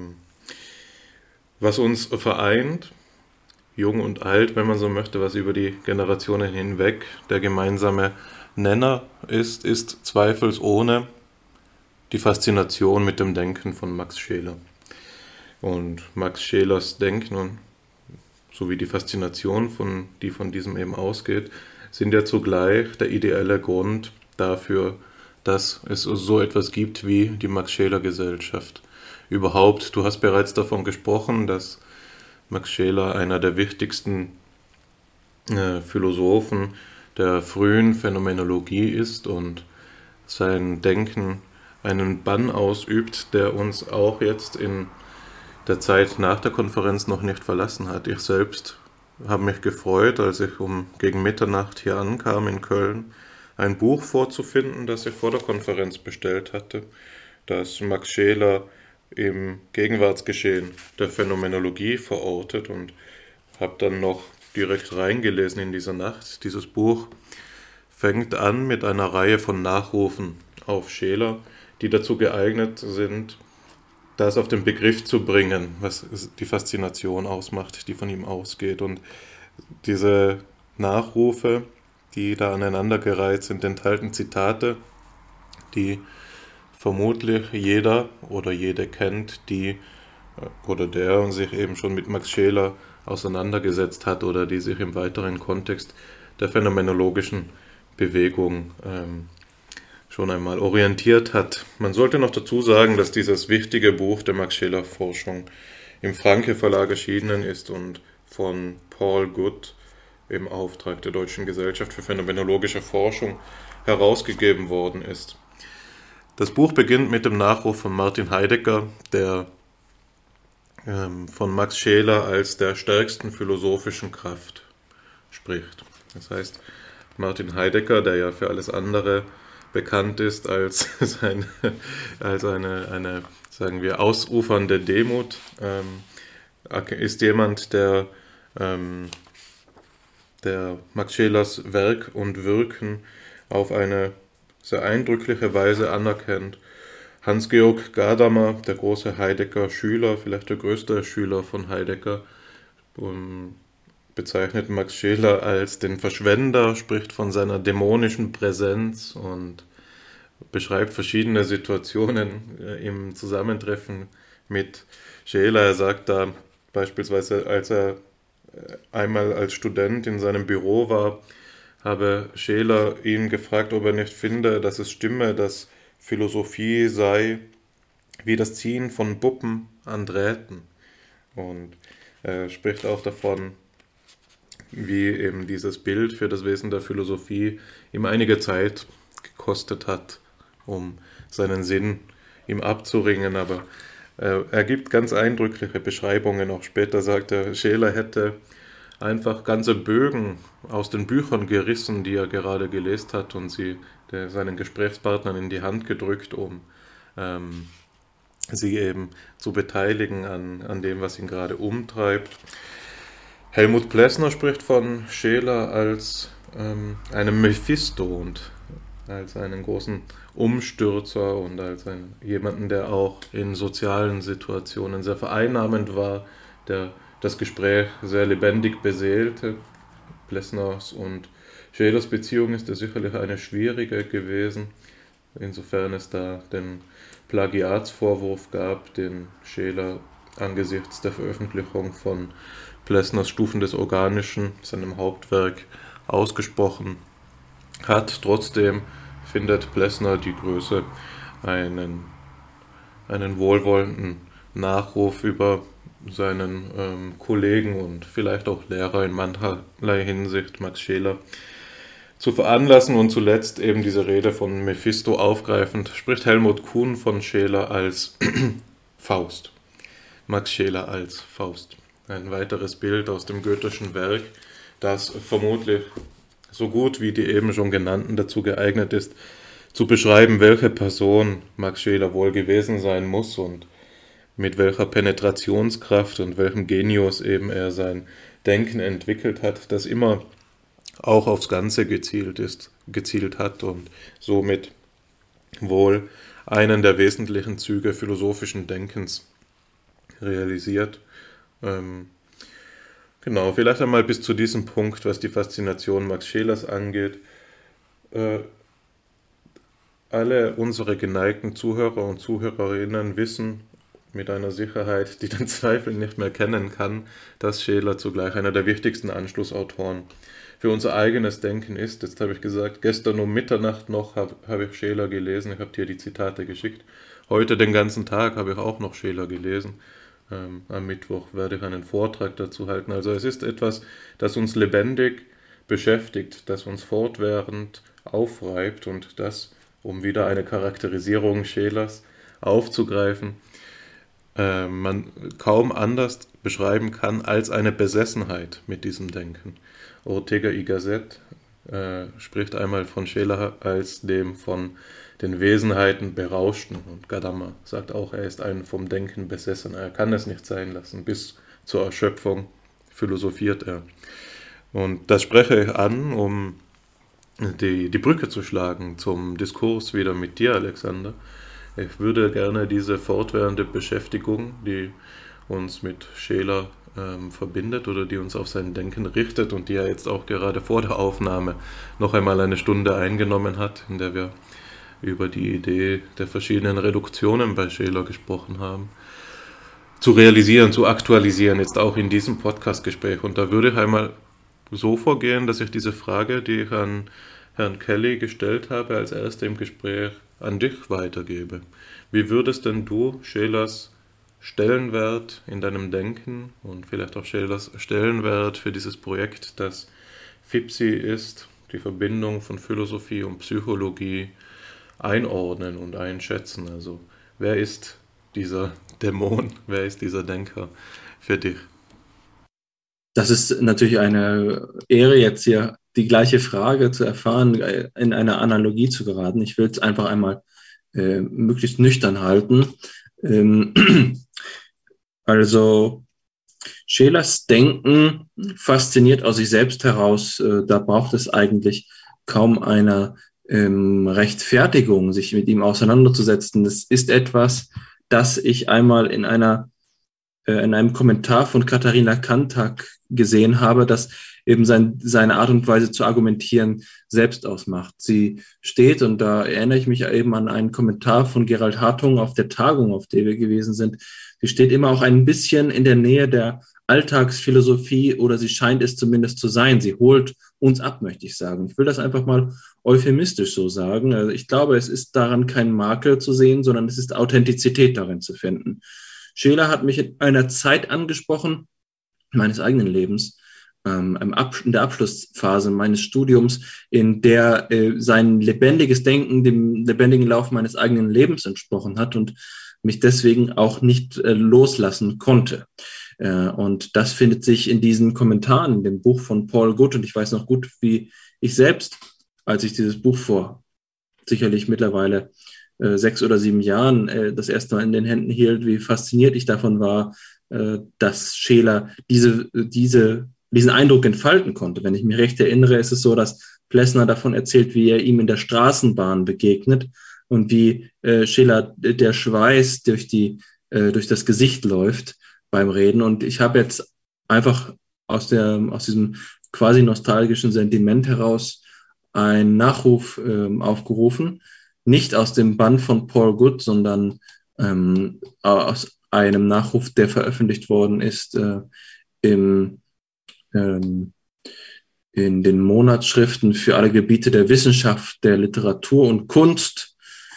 Was uns vereint, jung und alt, wenn man so möchte, was über die Generationen hinweg der gemeinsame Nenner ist zweifelsohne die Faszination mit dem Denken von Max Scheler. Und Max Schelers Denken sowie die Faszination, die von diesem eben ausgeht, sind ja zugleich der ideelle Grund dafür, dass es so etwas gibt wie die Max-Scheler-Gesellschaft. Überhaupt, du hast bereits davon gesprochen, dass Max Scheler einer der wichtigsten Philosophen der frühen Phänomenologie ist und sein Denken einen Bann ausübt, der uns auch jetzt in der Zeit nach der Konferenz noch nicht verlassen hat. Ich selbst habe mich gefreut, als ich gegen Mitternacht hier ankam in Köln, ein Buch vorzufinden, das ich vor der Konferenz bestellt hatte, das Max Scheler im Gegenwartsgeschehen der Phänomenologie verortet, und habe dann noch direkt reingelesen in dieser Nacht. Dieses Buch fängt an mit einer Reihe von Nachrufen auf Scheler, die dazu geeignet sind, das auf den Begriff zu bringen, was die Faszination ausmacht, die von ihm ausgeht. Und diese Nachrufe, die da aneinandergereiht sind, enthalten Zitate, die vermutlich jeder oder jede kennt, die oder der sich eben schon mit Max Scheler auseinandergesetzt hat oder die sich im weiteren Kontext der phänomenologischen Bewegung schon einmal orientiert hat. Man sollte noch dazu sagen, dass dieses wichtige Buch der Max-Scheler-Forschung im Franke Verlag erschienen ist und von Paul Good im Auftrag der Deutschen Gesellschaft für phänomenologische Forschung herausgegeben worden ist. Das Buch beginnt mit dem Nachruf von Martin Heidegger, der von Max Scheler als der stärksten philosophischen Kraft spricht. Das heißt, Martin Heidegger, der ja für alles andere bekannt ist als eine sagen wir, ausufernde Demut, ist jemand, der Max Schelers Werk und Wirken auf eine sehr eindrückliche Weise anerkennt. Hans-Georg Gadamer, der große Heidegger-Schüler, vielleicht der größte Schüler von Heidegger, bezeichnet Max Scheler als den Verschwender, spricht von seiner dämonischen Präsenz und beschreibt verschiedene Situationen im Zusammentreffen mit Scheler. Er sagt da beispielsweise, als er einmal als Student in seinem Büro war, habe Scheler ihn gefragt, ob er nicht finde, dass es stimme, dass Philosophie sei wie das Ziehen von Puppen an Drähten. Und er spricht auch davon, wie eben dieses Bild für das Wesen der Philosophie ihm einige Zeit gekostet hat, um seinen Sinn ihm abzuringen. Aber er gibt ganz eindrückliche Beschreibungen. Auch später sagt er, Scheler hätte einfach ganze Bögen aus den Büchern gerissen, die er gerade gelesen hat, und sie seinen Gesprächspartnern in die Hand gedrückt, um sie eben zu beteiligen an dem, was ihn gerade umtreibt. Helmut Plessner spricht von Scheler als einem Mephisto und als einen großen Umstürzer und als jemanden, der auch in sozialen Situationen sehr vereinnahmend war, der das Gespräch sehr lebendig beseelte. Plessners und Schelers Beziehung ist ja sicherlich eine schwierige gewesen, insofern es da den Plagiatsvorwurf gab, den Scheler angesichts der Veröffentlichung von Plessners Stufen des Organischen, seinem Hauptwerk, ausgesprochen hat. Trotzdem findet Plessner die Größe einen wohlwollenden Nachruf über seinen Kollegen und vielleicht auch Lehrer in mancherlei Hinsicht, Max Scheler, zu veranlassen. Und zuletzt eben diese Rede von Mephisto aufgreifend, spricht Helmut Kuhn von Scheler als Faust. Max Scheler als Faust. Ein weiteres Bild aus dem goethischen Werk, das vermutlich so gut wie die eben schon genannten dazu geeignet ist, zu beschreiben, welche Person Max Scheler wohl gewesen sein muss und mit welcher Penetrationskraft und welchem Genius eben er sein Denken entwickelt hat, das immer auch aufs Ganze gezielt hat und somit wohl einen der wesentlichen Züge philosophischen Denkens realisiert. Genau, vielleicht einmal bis zu diesem Punkt, was die Faszination Max Schelers angeht. Alle unsere geneigten Zuhörer und Zuhörerinnen wissen mit einer Sicherheit, die den Zweifel nicht mehr kennen kann, dass Scheler zugleich einer der wichtigsten Anschlussautoren für unser eigenes Denken ist. Jetzt habe ich gesagt, gestern um Mitternacht noch habe ich Scheler gelesen, ich habe dir die Zitate geschickt. Heute den ganzen Tag habe ich auch noch Scheler gelesen. Am Mittwoch werde ich einen Vortrag dazu halten. Also es ist etwas, das uns lebendig beschäftigt, das uns fortwährend aufreibt und das, um wieder eine Charakterisierung Schelers aufzugreifen, man kaum anders beschreiben kann als eine Besessenheit mit diesem Denken. Ortega y Gasset spricht einmal von Scheler als dem von den Wesenheiten Berauschten und Gadamer sagt auch, er ist ein vom Denken Besessener, er kann es nicht sein lassen, bis zur Erschöpfung philosophiert er. Und das spreche ich an, um die Brücke zu schlagen zum Diskurs wieder mit dir, Alexander. Ich würde gerne diese fortwährende Beschäftigung, die uns mit Scheler verbindet oder die uns auf sein Denken richtet und die er jetzt auch gerade vor der Aufnahme noch einmal eine Stunde eingenommen hat, in der wir über die Idee der verschiedenen Reduktionen bei Scheler gesprochen haben, zu realisieren, zu aktualisieren, jetzt auch in diesem Podcast-Gespräch. Und da würde ich einmal so vorgehen, dass ich diese Frage, die ich an Herrn Kelly gestellt habe, als erste im Gespräch an dich weitergebe. Wie würdest denn du Schelers Stellenwert in deinem Denken und vielleicht auch Schelers Stellenwert für dieses Projekt, das FIPSI ist, die Verbindung von Philosophie und Psychologie, einordnen und einschätzen? Also wer ist dieser Dämon, wer ist dieser Denker für dich? Das ist natürlich eine Ehre, jetzt hier die gleiche Frage zu erfahren, in eine Analogie zu geraten. Ich will es einfach einmal möglichst nüchtern halten. Also Schelers Denken fasziniert aus sich selbst heraus. Da braucht es eigentlich kaum einer Rechtfertigung, sich mit ihm auseinanderzusetzen. Das ist etwas, das ich einmal in einer in einem Kommentar von Katharina Kantak gesehen habe, dass eben seine Art und Weise zu argumentieren selbst ausmacht. Sie steht, und da erinnere ich mich eben an einen Kommentar von Gerald Hartung auf der Tagung, auf der wir gewesen sind. Sie steht immer auch ein bisschen in der Nähe der Alltagsphilosophie, oder sie scheint es zumindest zu sein. Sie holt uns ab, möchte ich sagen. Ich will das einfach mal euphemistisch so sagen. Also ich glaube, es ist daran kein Makel zu sehen, sondern es ist Authentizität darin zu finden. Scheler hat mich in einer Zeit angesprochen, meines eigenen Lebens, in der Abschlussphase meines Studiums, in der sein lebendiges Denken dem lebendigen Lauf meines eigenen Lebens entsprochen hat und mich deswegen auch nicht loslassen konnte. Und das findet sich in diesen Kommentaren, in dem Buch von Paul Good. Und ich weiß noch gut, wie ich selbst, als ich dieses Buch vor sicherlich mittlerweile 6 oder 7 Jahren das erste Mal in den Händen hielt, wie fasziniert ich davon war, dass Scheler diesen Eindruck entfalten konnte. Wenn ich mich recht erinnere, ist es so, dass Plessner davon erzählt, wie er ihm in der Straßenbahn begegnet und wie Scheler der Schweiß durch das Gesicht läuft beim Reden. Und ich habe jetzt einfach aus diesem quasi nostalgischen Sentiment heraus einen Nachruf aufgerufen, nicht aus dem Band von Paul Good, sondern aus einem Nachruf, der veröffentlicht worden ist in den Monatsschriften für alle Gebiete der Wissenschaft, der Literatur und Kunst,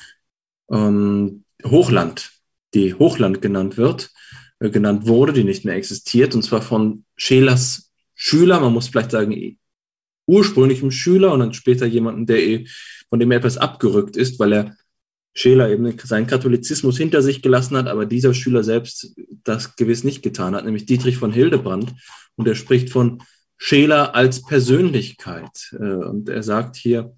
Hochland, die Hochland genannt wurde, die nicht mehr existiert, und zwar von Schelers Schüler, man muss vielleicht sagen ursprünglichem Schüler, und dann später jemanden, von dem er etwas abgerückt ist, weil er Scheler eben seinen Katholizismus hinter sich gelassen hat, aber dieser Schüler selbst das gewiss nicht getan hat, nämlich Dietrich von Hildebrand. Und er spricht von Scheler als Persönlichkeit. Und er sagt hier,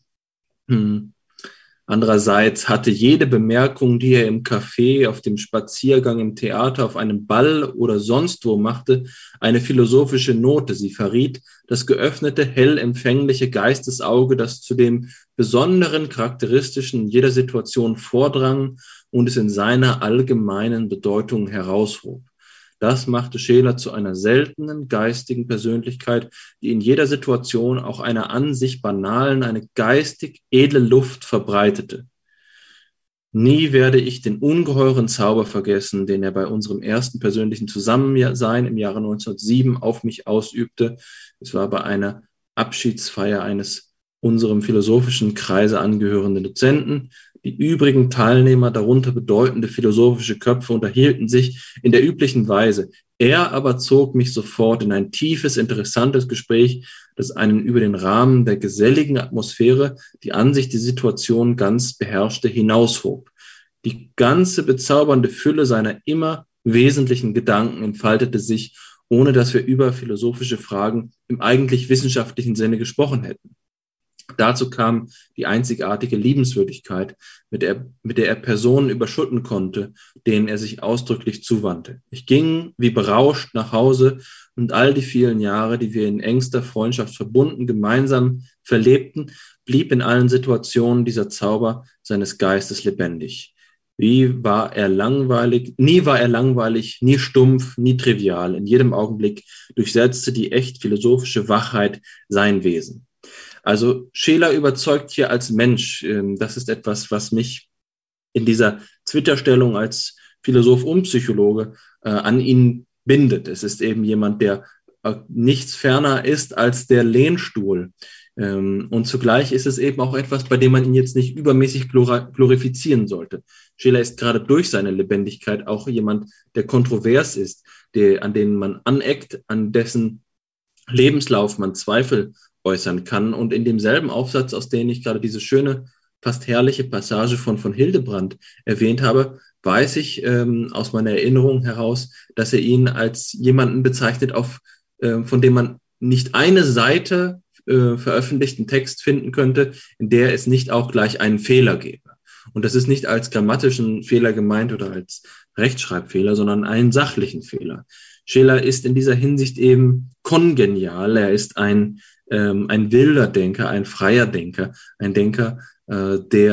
andererseits hatte jede Bemerkung, die er im Café, auf dem Spaziergang, im Theater, auf einem Ball oder sonst wo machte, eine philosophische Note. Sie verriet das geöffnete, hell empfängliche Geistesauge, das zu dem besonderen, charakteristischen jeder Situation vordrang und es in seiner allgemeinen Bedeutung heraushob. Das machte Scheler zu einer seltenen geistigen Persönlichkeit, die in jeder Situation auch einer an sich banalen, eine geistig edle Luft verbreitete. Nie werde ich den ungeheuren Zauber vergessen, den er bei unserem ersten persönlichen Zusammensein im Jahre 1907 auf mich ausübte. Es war bei einer Abschiedsfeier eines unserem philosophischen Kreise angehörenden Dozenten. Die übrigen Teilnehmer, darunter bedeutende philosophische Köpfe, unterhielten sich in der üblichen Weise. Er aber zog mich sofort in ein tiefes, interessantes Gespräch, das einen über den Rahmen der geselligen Atmosphäre, die an sich die Situation ganz beherrschte, hinaushob. Die ganze bezaubernde Fülle seiner immer wesentlichen Gedanken entfaltete sich, ohne dass wir über philosophische Fragen im eigentlich wissenschaftlichen Sinne gesprochen hätten. Dazu kam die einzigartige Liebenswürdigkeit, mit der er Personen überschütten konnte, denen er sich ausdrücklich zuwandte. Ich ging wie berauscht nach Hause, und all die vielen Jahre, die wir in engster Freundschaft verbunden, gemeinsam verlebten, blieb in allen Situationen dieser Zauber seines Geistes lebendig. Nie war er langweilig, nie stumpf, nie trivial. In jedem Augenblick durchsetzte die echt philosophische Wachheit sein Wesen. Also Scheler überzeugt hier als Mensch. Das ist etwas, was mich in dieser Zwitterstellung als Philosoph und Psychologe an ihn bindet. Es ist eben jemand, der nichts ferner ist als der Lehnstuhl. Und zugleich ist es eben auch etwas, bei dem man ihn jetzt nicht übermäßig glorifizieren sollte. Scheler ist gerade durch seine Lebendigkeit auch jemand, der kontrovers ist, an den man aneckt, an dessen Lebenslauf man Zweifel äußern kann. Und in demselben Aufsatz, aus dem ich gerade diese schöne, fast herrliche Passage von Hildebrand erwähnt habe, weiß ich aus meiner Erinnerung heraus, dass er ihn als jemanden bezeichnet, von dem man nicht eine Seite veröffentlichten Text finden könnte, in der es nicht auch gleich einen Fehler gäbe. Und das ist nicht als grammatischen Fehler gemeint oder als Rechtschreibfehler, sondern einen sachlichen Fehler. Scheler ist in dieser Hinsicht eben kongenial. Er ist ein wilder Denker, ein freier Denker, ein Denker, der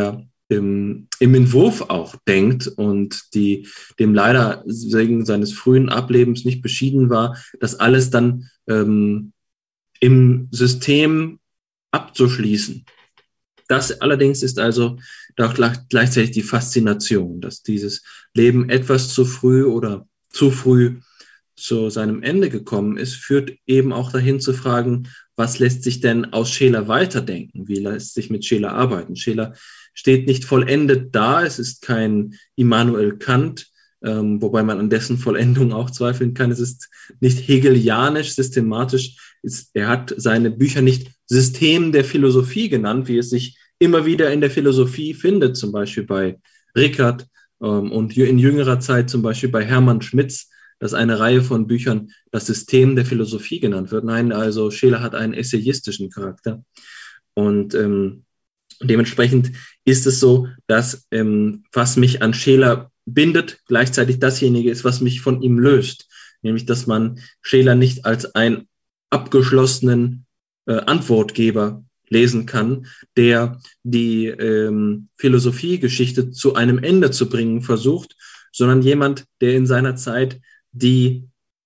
im Entwurf auch denkt und dem leider wegen seines frühen Ablebens nicht beschieden war, das alles dann im System abzuschließen. Das allerdings ist also doch gleichzeitig die Faszination, dass dieses Leben etwas zu früh oder zu früh zu seinem Ende gekommen ist, führt eben auch dahin zu fragen, was lässt sich denn aus Scheler weiterdenken? Wie lässt sich mit Scheler arbeiten? Scheler steht nicht vollendet da, es ist kein Immanuel Kant, wobei man an dessen Vollendung auch zweifeln kann. Es ist nicht hegelianisch, systematisch. Er hat seine Bücher nicht System der Philosophie genannt, wie es sich immer wieder in der Philosophie findet, zum Beispiel bei Rickert und in jüngerer Zeit zum Beispiel bei Hermann Schmitz, dass eine Reihe von Büchern das System der Philosophie genannt wird. Nein, also Scheler hat einen essayistischen Charakter. Und dementsprechend ist es so, dass was mich an Scheler bindet, gleichzeitig dasjenige ist, was mich von ihm löst. Nämlich, dass man Scheler nicht als einen abgeschlossenen Antwortgeber lesen kann, der die Philosophiegeschichte zu einem Ende zu bringen versucht, sondern jemand, der in seiner Zeit die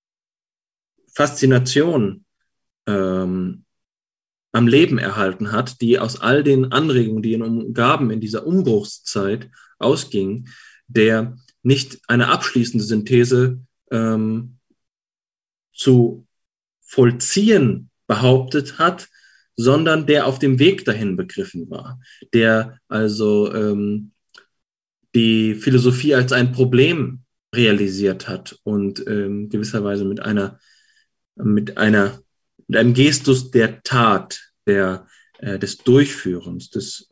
Faszination am Leben erhalten hat, die aus all den Anregungen, die ihn umgaben in dieser Umbruchszeit ausging, der nicht eine abschließende Synthese zu vollziehen behauptet hat, sondern der auf dem Weg dahin begriffen war, der also die Philosophie als ein Problem realisiert hat und gewisserweise mit einem Gestus der Tat, des Durchführens, des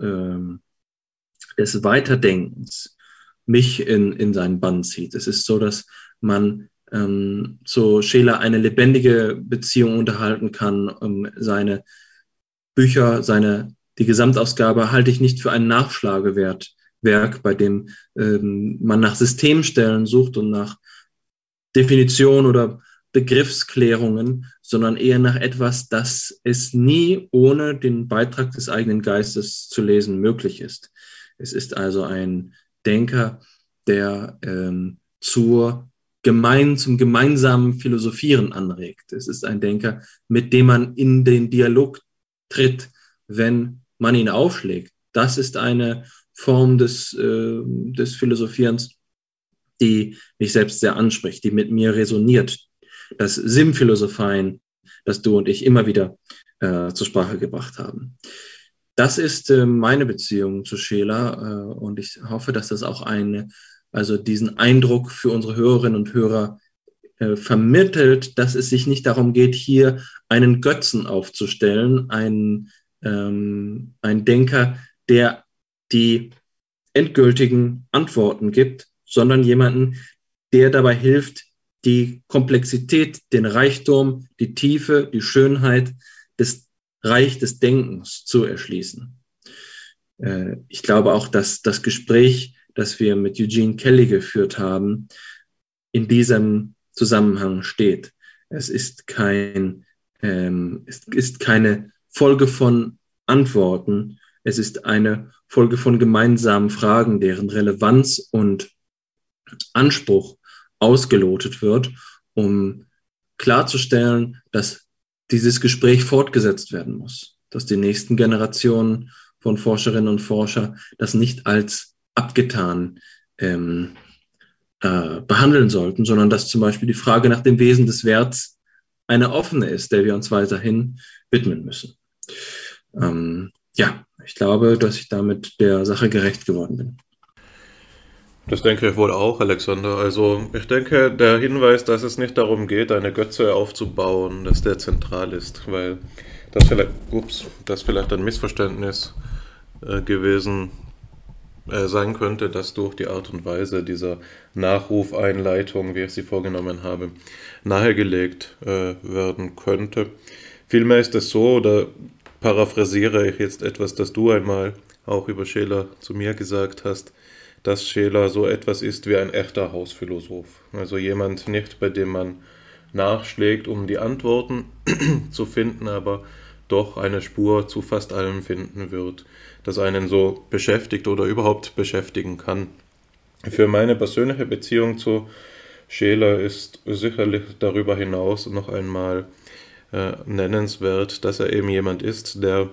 Weiterdenkens mich in seinen Bann zieht. Es ist so, dass man zu Scheler eine lebendige Beziehung unterhalten kann. Seine Bücher, die Gesamtausgabe halte ich nicht für ein Nachschlagewerk, bei dem man nach Systemstellen sucht und nach Definition oder Begriffsklärungen, sondern eher nach etwas, das es nie ohne den Beitrag des eigenen Geistes zu lesen möglich ist. Es ist also ein Denker, der zum gemeinsamen Philosophieren anregt. Es ist ein Denker, mit dem man in den Dialog tritt, wenn man ihn aufschlägt. Das ist eine Form des Philosophierens, die mich selbst sehr anspricht, die mit mir resoniert. Das Sim-Philosophein, das du und ich immer wieder zur Sprache gebracht haben. Das ist meine Beziehung zu Scheler und ich hoffe, dass das auch diesen Eindruck für unsere Hörerinnen und Hörer vermittelt, dass es sich nicht darum geht, hier einen Götzen aufzustellen, ein Denker, der die endgültigen Antworten gibt, sondern jemanden, der dabei hilft, die Komplexität, den Reichtum, die Tiefe, die Schönheit des Reich des Denkens zu erschließen. Ich glaube auch, dass das Gespräch, das wir mit Eugene Kelly geführt haben, in diesem Zusammenhang steht. Es ist keine Folge von Antworten, es ist eine Folge von gemeinsamen Fragen, deren Relevanz und Anspruch ausgelotet wird, um klarzustellen, dass dieses Gespräch fortgesetzt werden muss, dass die nächsten Generationen von Forscherinnen und Forschern das nicht als abgetan behandeln sollten, sondern dass zum Beispiel die Frage nach dem Wesen des Werts eine offene ist, der wir uns weiterhin widmen müssen. Ich glaube, dass ich damit der Sache gerecht geworden bin. Das denke ich wohl auch, Alexander. Also ich denke, der Hinweis, dass es nicht darum geht, eine Götze aufzubauen, dass der zentral ist, weil das vielleicht ein Missverständnis gewesen sein könnte, dass durch die Art und Weise dieser Nachrufeinleitung, wie ich sie vorgenommen habe, nahegelegt werden könnte. Vielmehr ist es so, da paraphrasiere ich jetzt etwas, das du einmal auch über Scheler zu mir gesagt hast, dass Scheler so etwas ist wie ein echter Hausphilosoph. Also jemand nicht, bei dem man nachschlägt, um die Antworten zu finden, aber doch eine Spur zu fast allem finden wird, das einen so beschäftigt oder überhaupt beschäftigen kann. Für meine persönliche Beziehung zu Scheler ist sicherlich darüber hinaus noch einmal nennenswert, dass er eben jemand ist, der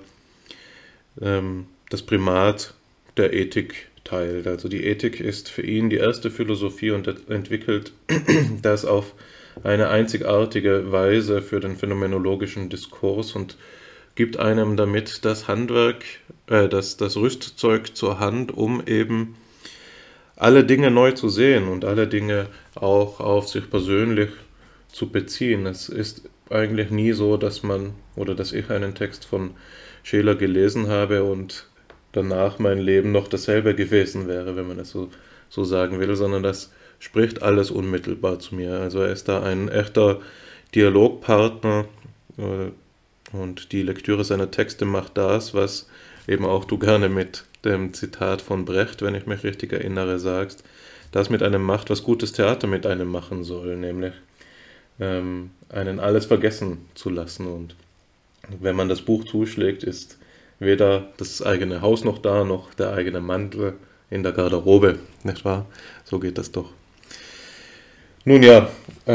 das Primat der Ethik teilt. Also die Ethik ist für ihn die erste Philosophie und entwickelt das auf eine einzigartige Weise für den phänomenologischen Diskurs und gibt einem damit das Handwerk, das Rüstzeug zur Hand, um eben alle Dinge neu zu sehen und alle Dinge auch auf sich persönlich zu beziehen. Es ist eigentlich nie so, dass ich einen Text von Scheler gelesen habe und danach mein Leben noch dasselbe gewesen wäre, wenn man es so sagen will, sondern das spricht alles unmittelbar zu mir. Also er ist da ein echter Dialogpartner und die Lektüre seiner Texte macht das, was eben auch du gerne mit dem Zitat von Brecht, wenn ich mich richtig erinnere, sagst, das mit einem macht, was gutes Theater mit einem machen soll, nämlich einen alles vergessen zu lassen. Und wenn man das Buch zuschlägt, ist weder das eigene Haus noch da, noch der eigene Mantel in der Garderobe, nicht wahr? So geht das doch. Nun ja,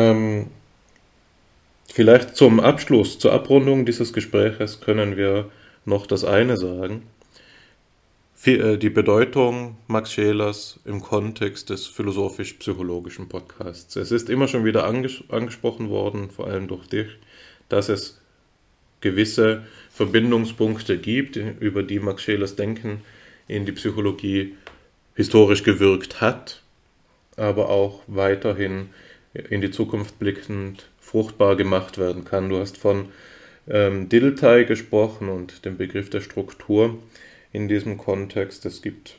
vielleicht zum Abschluss, zur Abrundung dieses Gespräches können wir noch das eine sagen. Die Bedeutung Max Schelers im Kontext des philosophisch-psychologischen Podcasts. Es ist immer schon wieder angesprochen worden, vor allem durch dich, dass es gewisse Verbindungspunkte gibt, über die Max Schelers Denken in die Psychologie historisch gewirkt hat, aber auch weiterhin in die Zukunft blickend fruchtbar gemacht werden kann. Du hast von Dilthey gesprochen und dem Begriff der Struktur in diesem Kontext. Es gibt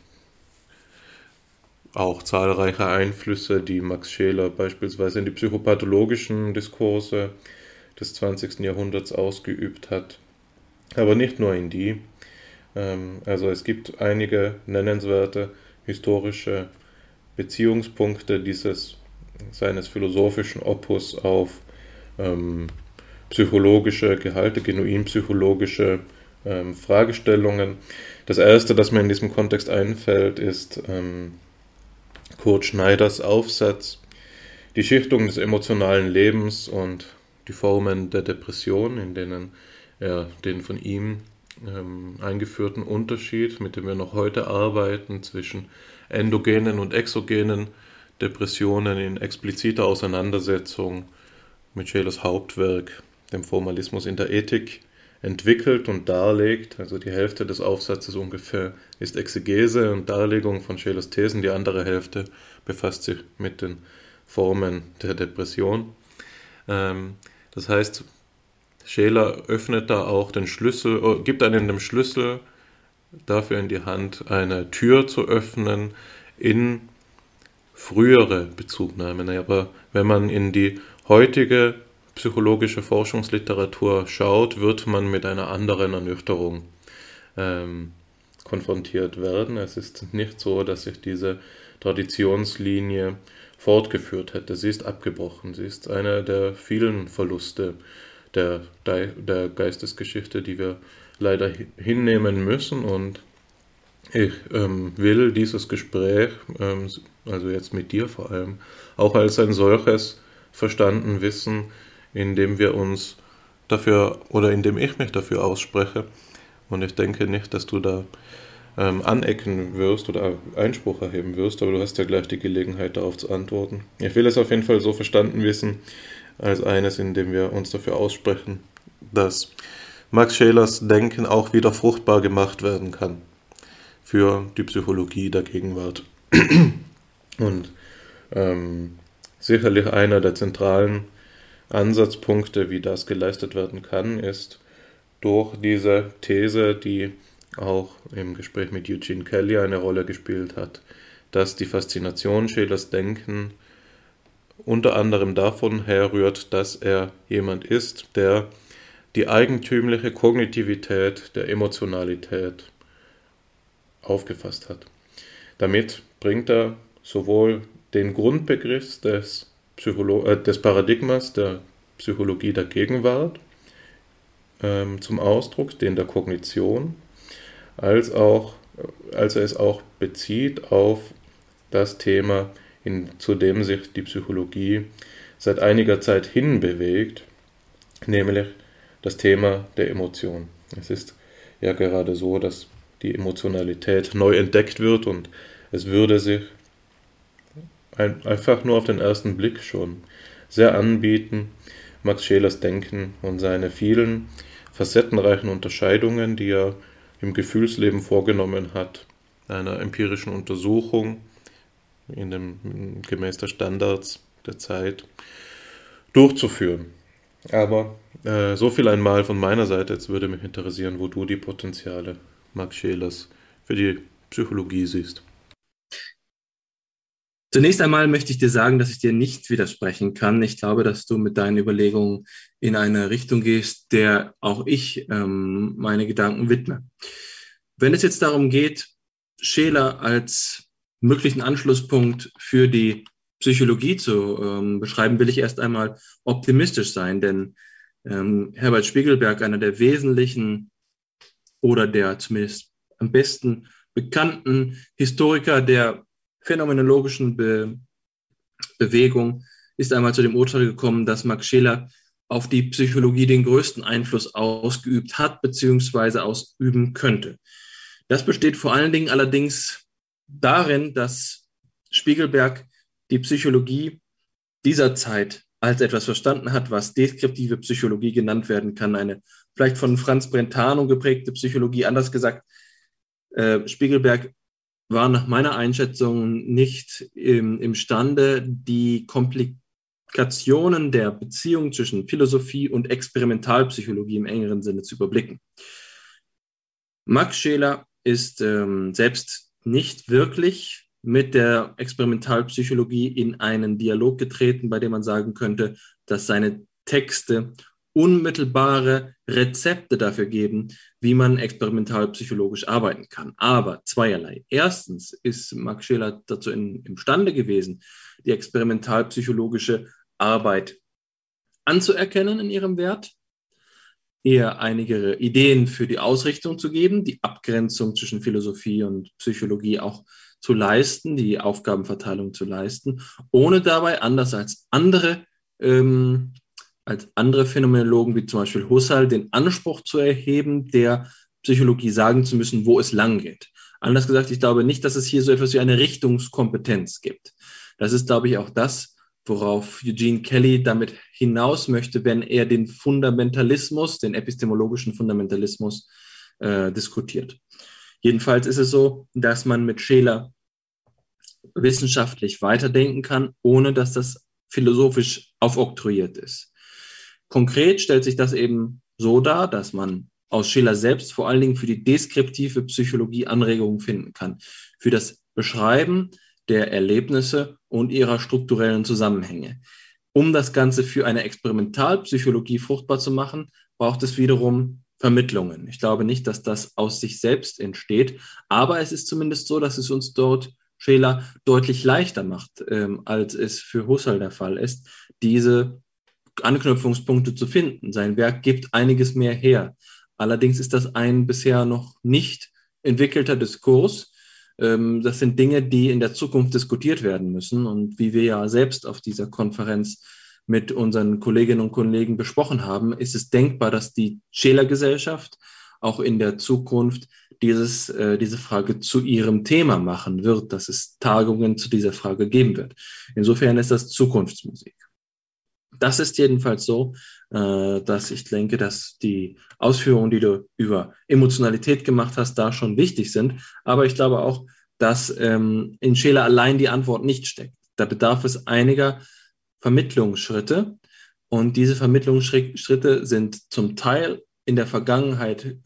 auch zahlreiche Einflüsse, die Max Scheler beispielsweise in die psychopathologischen Diskurse des 20. Jahrhunderts ausgeübt hat, aber nicht nur in die. Also es gibt einige nennenswerte historische Beziehungspunkte seines philosophischen Opus auf psychologische Gehalte, genuin psychologische Fragestellungen. Das erste, das mir in diesem Kontext einfällt, ist Kurt Schneiders Aufsatz Die Schichtung des emotionalen Lebens und die Formen der Depression, in denen er den von ihm eingeführten Unterschied, mit dem wir noch heute arbeiten, zwischen endogenen und exogenen Depressionen in expliziter Auseinandersetzung mit Schelers Hauptwerk, dem Formalismus in der Ethik, entwickelt und darlegt. Also die Hälfte des Aufsatzes ungefähr ist Exegese und Darlegung von Schelers Thesen, die andere Hälfte befasst sich mit den Formen der Depression. Das heißt, Scheler öffnet da auch den Schlüssel, gibt einem den Schlüssel dafür in die Hand, eine Tür zu öffnen in frühere Bezugnahmen. Aber wenn man in die heutige psychologische Forschungsliteratur schaut, wird man mit einer anderen Ernüchterung konfrontiert werden. Es ist nicht so, dass sich diese Traditionslinie fortgeführt hätte. Sie ist abgebrochen. Sie ist einer der vielen Verluste der Geistesgeschichte, die wir leider hinnehmen müssen. Und ich will dieses Gespräch, also jetzt mit dir vor allem, auch als ein solches verstanden wissen, indem wir uns dafür oder indem ich mich dafür ausspreche. Und ich denke nicht, dass du da anecken wirst oder Einspruch erheben wirst, aber du hast ja gleich die Gelegenheit, darauf zu antworten. Ich will es auf jeden Fall so verstanden wissen, als eines, indem wir uns dafür aussprechen, dass Max Schelers Denken auch wieder fruchtbar gemacht werden kann für die Psychologie der Gegenwart. Und sicherlich einer der zentralen Ansatzpunkte, wie das geleistet werden kann, ist durch diese These, die auch im Gespräch mit Eugene Kelly eine Rolle gespielt hat, dass die Faszination Schelers Denken unter anderem davon herrührt, dass er jemand ist, der die eigentümliche Kognitivität der Emotionalität aufgefasst hat. Damit bringt er sowohl den Grundbegriff des Paradigmas der Psychologie der Gegenwart zum Ausdruck, den der Kognition, als er es auch bezieht auf das Thema, zu dem sich die Psychologie seit einiger Zeit hinbewegt, nämlich das Thema der Emotion. Es ist ja gerade so, dass die Emotionalität neu entdeckt wird und es würde sich einfach nur auf den ersten Blick schon sehr anbieten, Max Schelers Denken und seine vielen facettenreichen Unterscheidungen, die er im Gefühlsleben vorgenommen hat, einer empirischen Untersuchung gemäß der Standards der Zeit durchzuführen. Aber so viel einmal von meiner Seite. Jetzt würde mich interessieren, wo du die Potenziale Max Schelers für die Psychologie siehst. Zunächst einmal möchte ich dir sagen, dass ich dir nicht widersprechen kann. Ich glaube, dass du mit deinen Überlegungen in eine Richtung gehst, der auch ich meine Gedanken widme. Wenn es jetzt darum geht, Scheler als möglichen Anschlusspunkt für die Psychologie zu beschreiben, will ich erst einmal optimistisch sein, denn Herbert Spiegelberg, einer der wesentlichen oder der zumindest am besten bekannten Historiker der phänomenologischen Bewegung, ist einmal zu dem Urteil gekommen, dass Max Scheler auf die Psychologie den größten Einfluss ausgeübt hat bzw. ausüben könnte. Das besteht vor allen Dingen allerdings darin, dass Spiegelberg die Psychologie dieser Zeit als etwas verstanden hat, was deskriptive Psychologie genannt werden kann, eine vielleicht von Franz Brentano geprägte Psychologie. Anders gesagt, Spiegelberg war nach meiner Einschätzung nicht imstande, die Komplikationen der Beziehung zwischen Philosophie und Experimentalpsychologie im engeren Sinne zu überblicken. Max Scheler ist selbst nicht wirklich mit der Experimentalpsychologie in einen Dialog getreten, bei dem man sagen könnte, dass seine Texte unmittelbare Rezepte dafür geben, wie man experimentalpsychologisch arbeiten kann. Aber zweierlei. Erstens ist Max Scheler dazu imstande gewesen, die experimentalpsychologische Arbeit anzuerkennen in ihrem Wert, ihr einige Ideen für die Ausrichtung zu geben, die Abgrenzung zwischen Philosophie und Psychologie auch zu leisten, die Aufgabenverteilung zu leisten, ohne dabei, anders als andere Phänomenologen wie zum Beispiel Husserl, den Anspruch zu erheben, der Psychologie sagen zu müssen, wo es lang geht. Anders gesagt, ich glaube nicht, dass es hier so etwas wie eine Richtungskompetenz gibt. Das ist, glaube ich, auch das, worauf Eugene Kelly damit hinaus möchte, wenn er den Fundamentalismus, den epistemologischen Fundamentalismus diskutiert. Jedenfalls ist es so, dass man mit Scheler wissenschaftlich weiterdenken kann, ohne dass das philosophisch aufoktroyiert ist. Konkret stellt sich das eben so dar, dass man aus Scheler selbst vor allen Dingen für die deskriptive Psychologie Anregungen finden kann, für das Beschreiben der Erlebnisse und ihrer strukturellen Zusammenhänge. Um das Ganze für eine Experimentalpsychologie fruchtbar zu machen, braucht es wiederum Vermittlungen. Ich glaube nicht, dass das aus sich selbst entsteht, aber es ist zumindest so, dass es uns dort Scheler deutlich leichter macht, als es für Husserl der Fall ist, diese Anknüpfungspunkte zu finden. Sein Werk gibt einiges mehr her. Allerdings ist das ein bisher noch nicht entwickelter Diskurs. Das sind Dinge, die in der Zukunft diskutiert werden müssen. Und wie wir ja selbst auf dieser Konferenz mit unseren Kolleginnen und Kollegen besprochen haben, ist es denkbar, dass die Scheler-Gesellschaft auch in der Zukunft diese Frage zu ihrem Thema machen wird, dass es Tagungen zu dieser Frage geben wird. Insofern ist das Zukunftsmusik. Das ist jedenfalls so, dass ich denke, dass die Ausführungen, die du über Emotionalität gemacht hast, da schon wichtig sind. Aber ich glaube auch, dass in Scheler allein die Antwort nicht steckt. Da bedarf es einiger Vermittlungsschritte. Und diese Vermittlungsschritte sind zum Teil in der Vergangenheit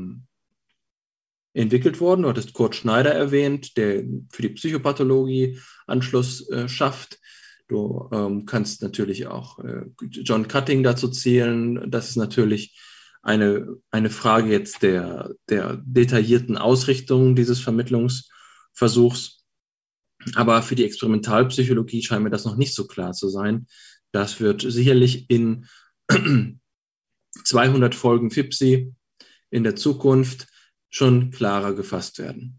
entwickelt worden. Du hattest Kurt Schneider erwähnt, der für die Psychopathologie Anschluss schafft. Du kannst natürlich auch John Cutting dazu zählen. Das ist natürlich eine Frage jetzt der detaillierten Ausrichtung dieses Vermittlungsversuchs. Aber für die Experimentalpsychologie scheint mir das noch nicht so klar zu sein. Das wird sicherlich in 200 Folgen FIPSI in der Zukunft schon klarer gefasst werden.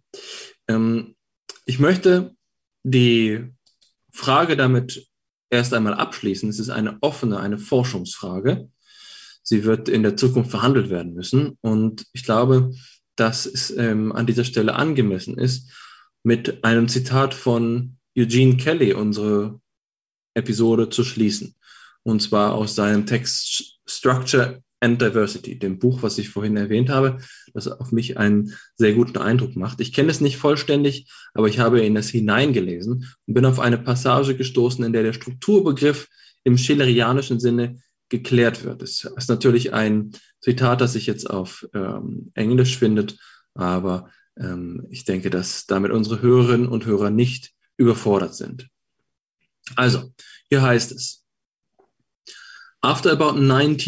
Ich möchte die Frage damit erst einmal abschließen. Es ist eine offene, eine Forschungsfrage. Sie wird in der Zukunft verhandelt werden müssen. Und ich glaube, dass es an dieser Stelle angemessen ist, mit einem Zitat von Eugene Kelly unsere Episode zu schließen. Und zwar aus seinem Text Structure and Diversity, dem Buch, was ich vorhin erwähnt habe, das auf mich einen sehr guten Eindruck macht. Ich kenne es nicht vollständig, aber ich habe in es hineingelesen und bin auf eine Passage gestoßen, in der der Strukturbegriff im schillerianischen Sinne geklärt wird. Es ist natürlich ein Zitat, das sich jetzt auf Englisch findet, aber ich denke, dass damit unsere Hörerinnen und Hörer nicht überfordert sind. Also, hier heißt es: After about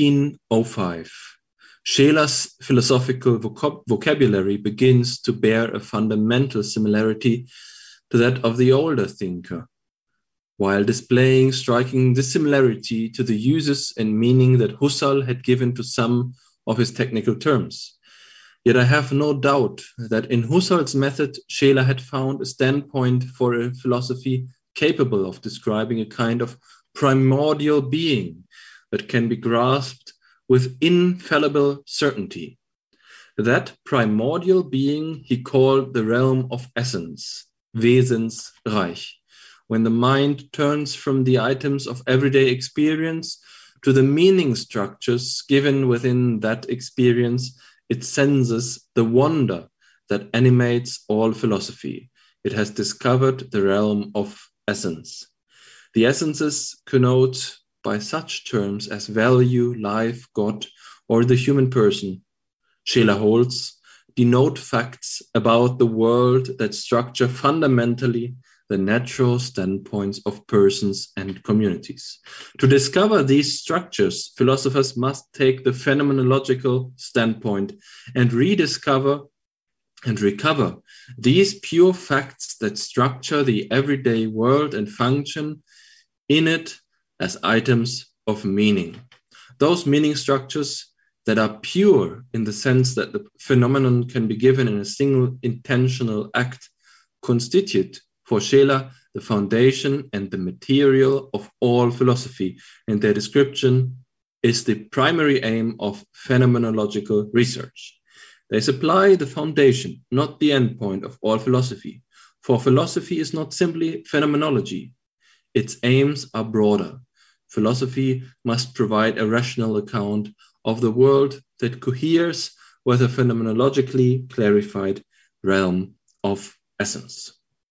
1905, Scheler's philosophical vocabulary begins to bear a fundamental similarity to that of the older thinker, while displaying striking dissimilarity to the uses and meaning that Husserl had given to some of his technical terms. Yet I have no doubt that in Husserl's method, Scheler had found a standpoint for a philosophy capable of describing a kind of primordial being that can be grasped with infallible certainty. That primordial being he called the realm of essence, Wesensreich, when the mind turns from the items of everyday experience to the meaning structures given within that experience, it senses the wonder that animates all philosophy. It has discovered the realm of essence. The essences connote by such terms as value, life, God, or the human person, Scheler holds, denote facts about the world that structure fundamentally the natural standpoints of persons and communities. To discover these structures, philosophers must take the phenomenological standpoint and rediscover and recover these pure facts that structure the everyday world and function in it as items of meaning. Those meaning structures that are pure in the sense that the phenomenon can be given in a single intentional act constitute for Scheler the foundation and the material of all philosophy, and their description is the primary aim of phenomenological research. They supply the foundation, not the endpoint of all philosophy, for philosophy is not simply phenomenology. Its aims are broader. Philosophy must provide a rational account of the world that coheres with a phenomenologically clarified realm of essence.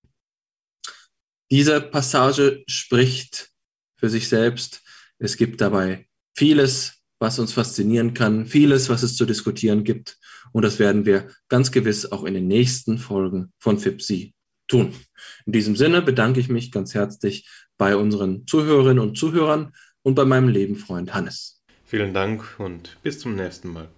Diese Passage spricht für sich selbst. Es gibt dabei vieles, was uns faszinieren kann, vieles, was es zu diskutieren gibt. Und das werden wir ganz gewiss auch in den nächsten Folgen von FIPSI tun. In diesem Sinne bedanke ich mich ganz herzlich bei unseren Zuhörerinnen und Zuhörern und bei meinem lieben Freund Hannes. Vielen Dank und bis zum nächsten Mal.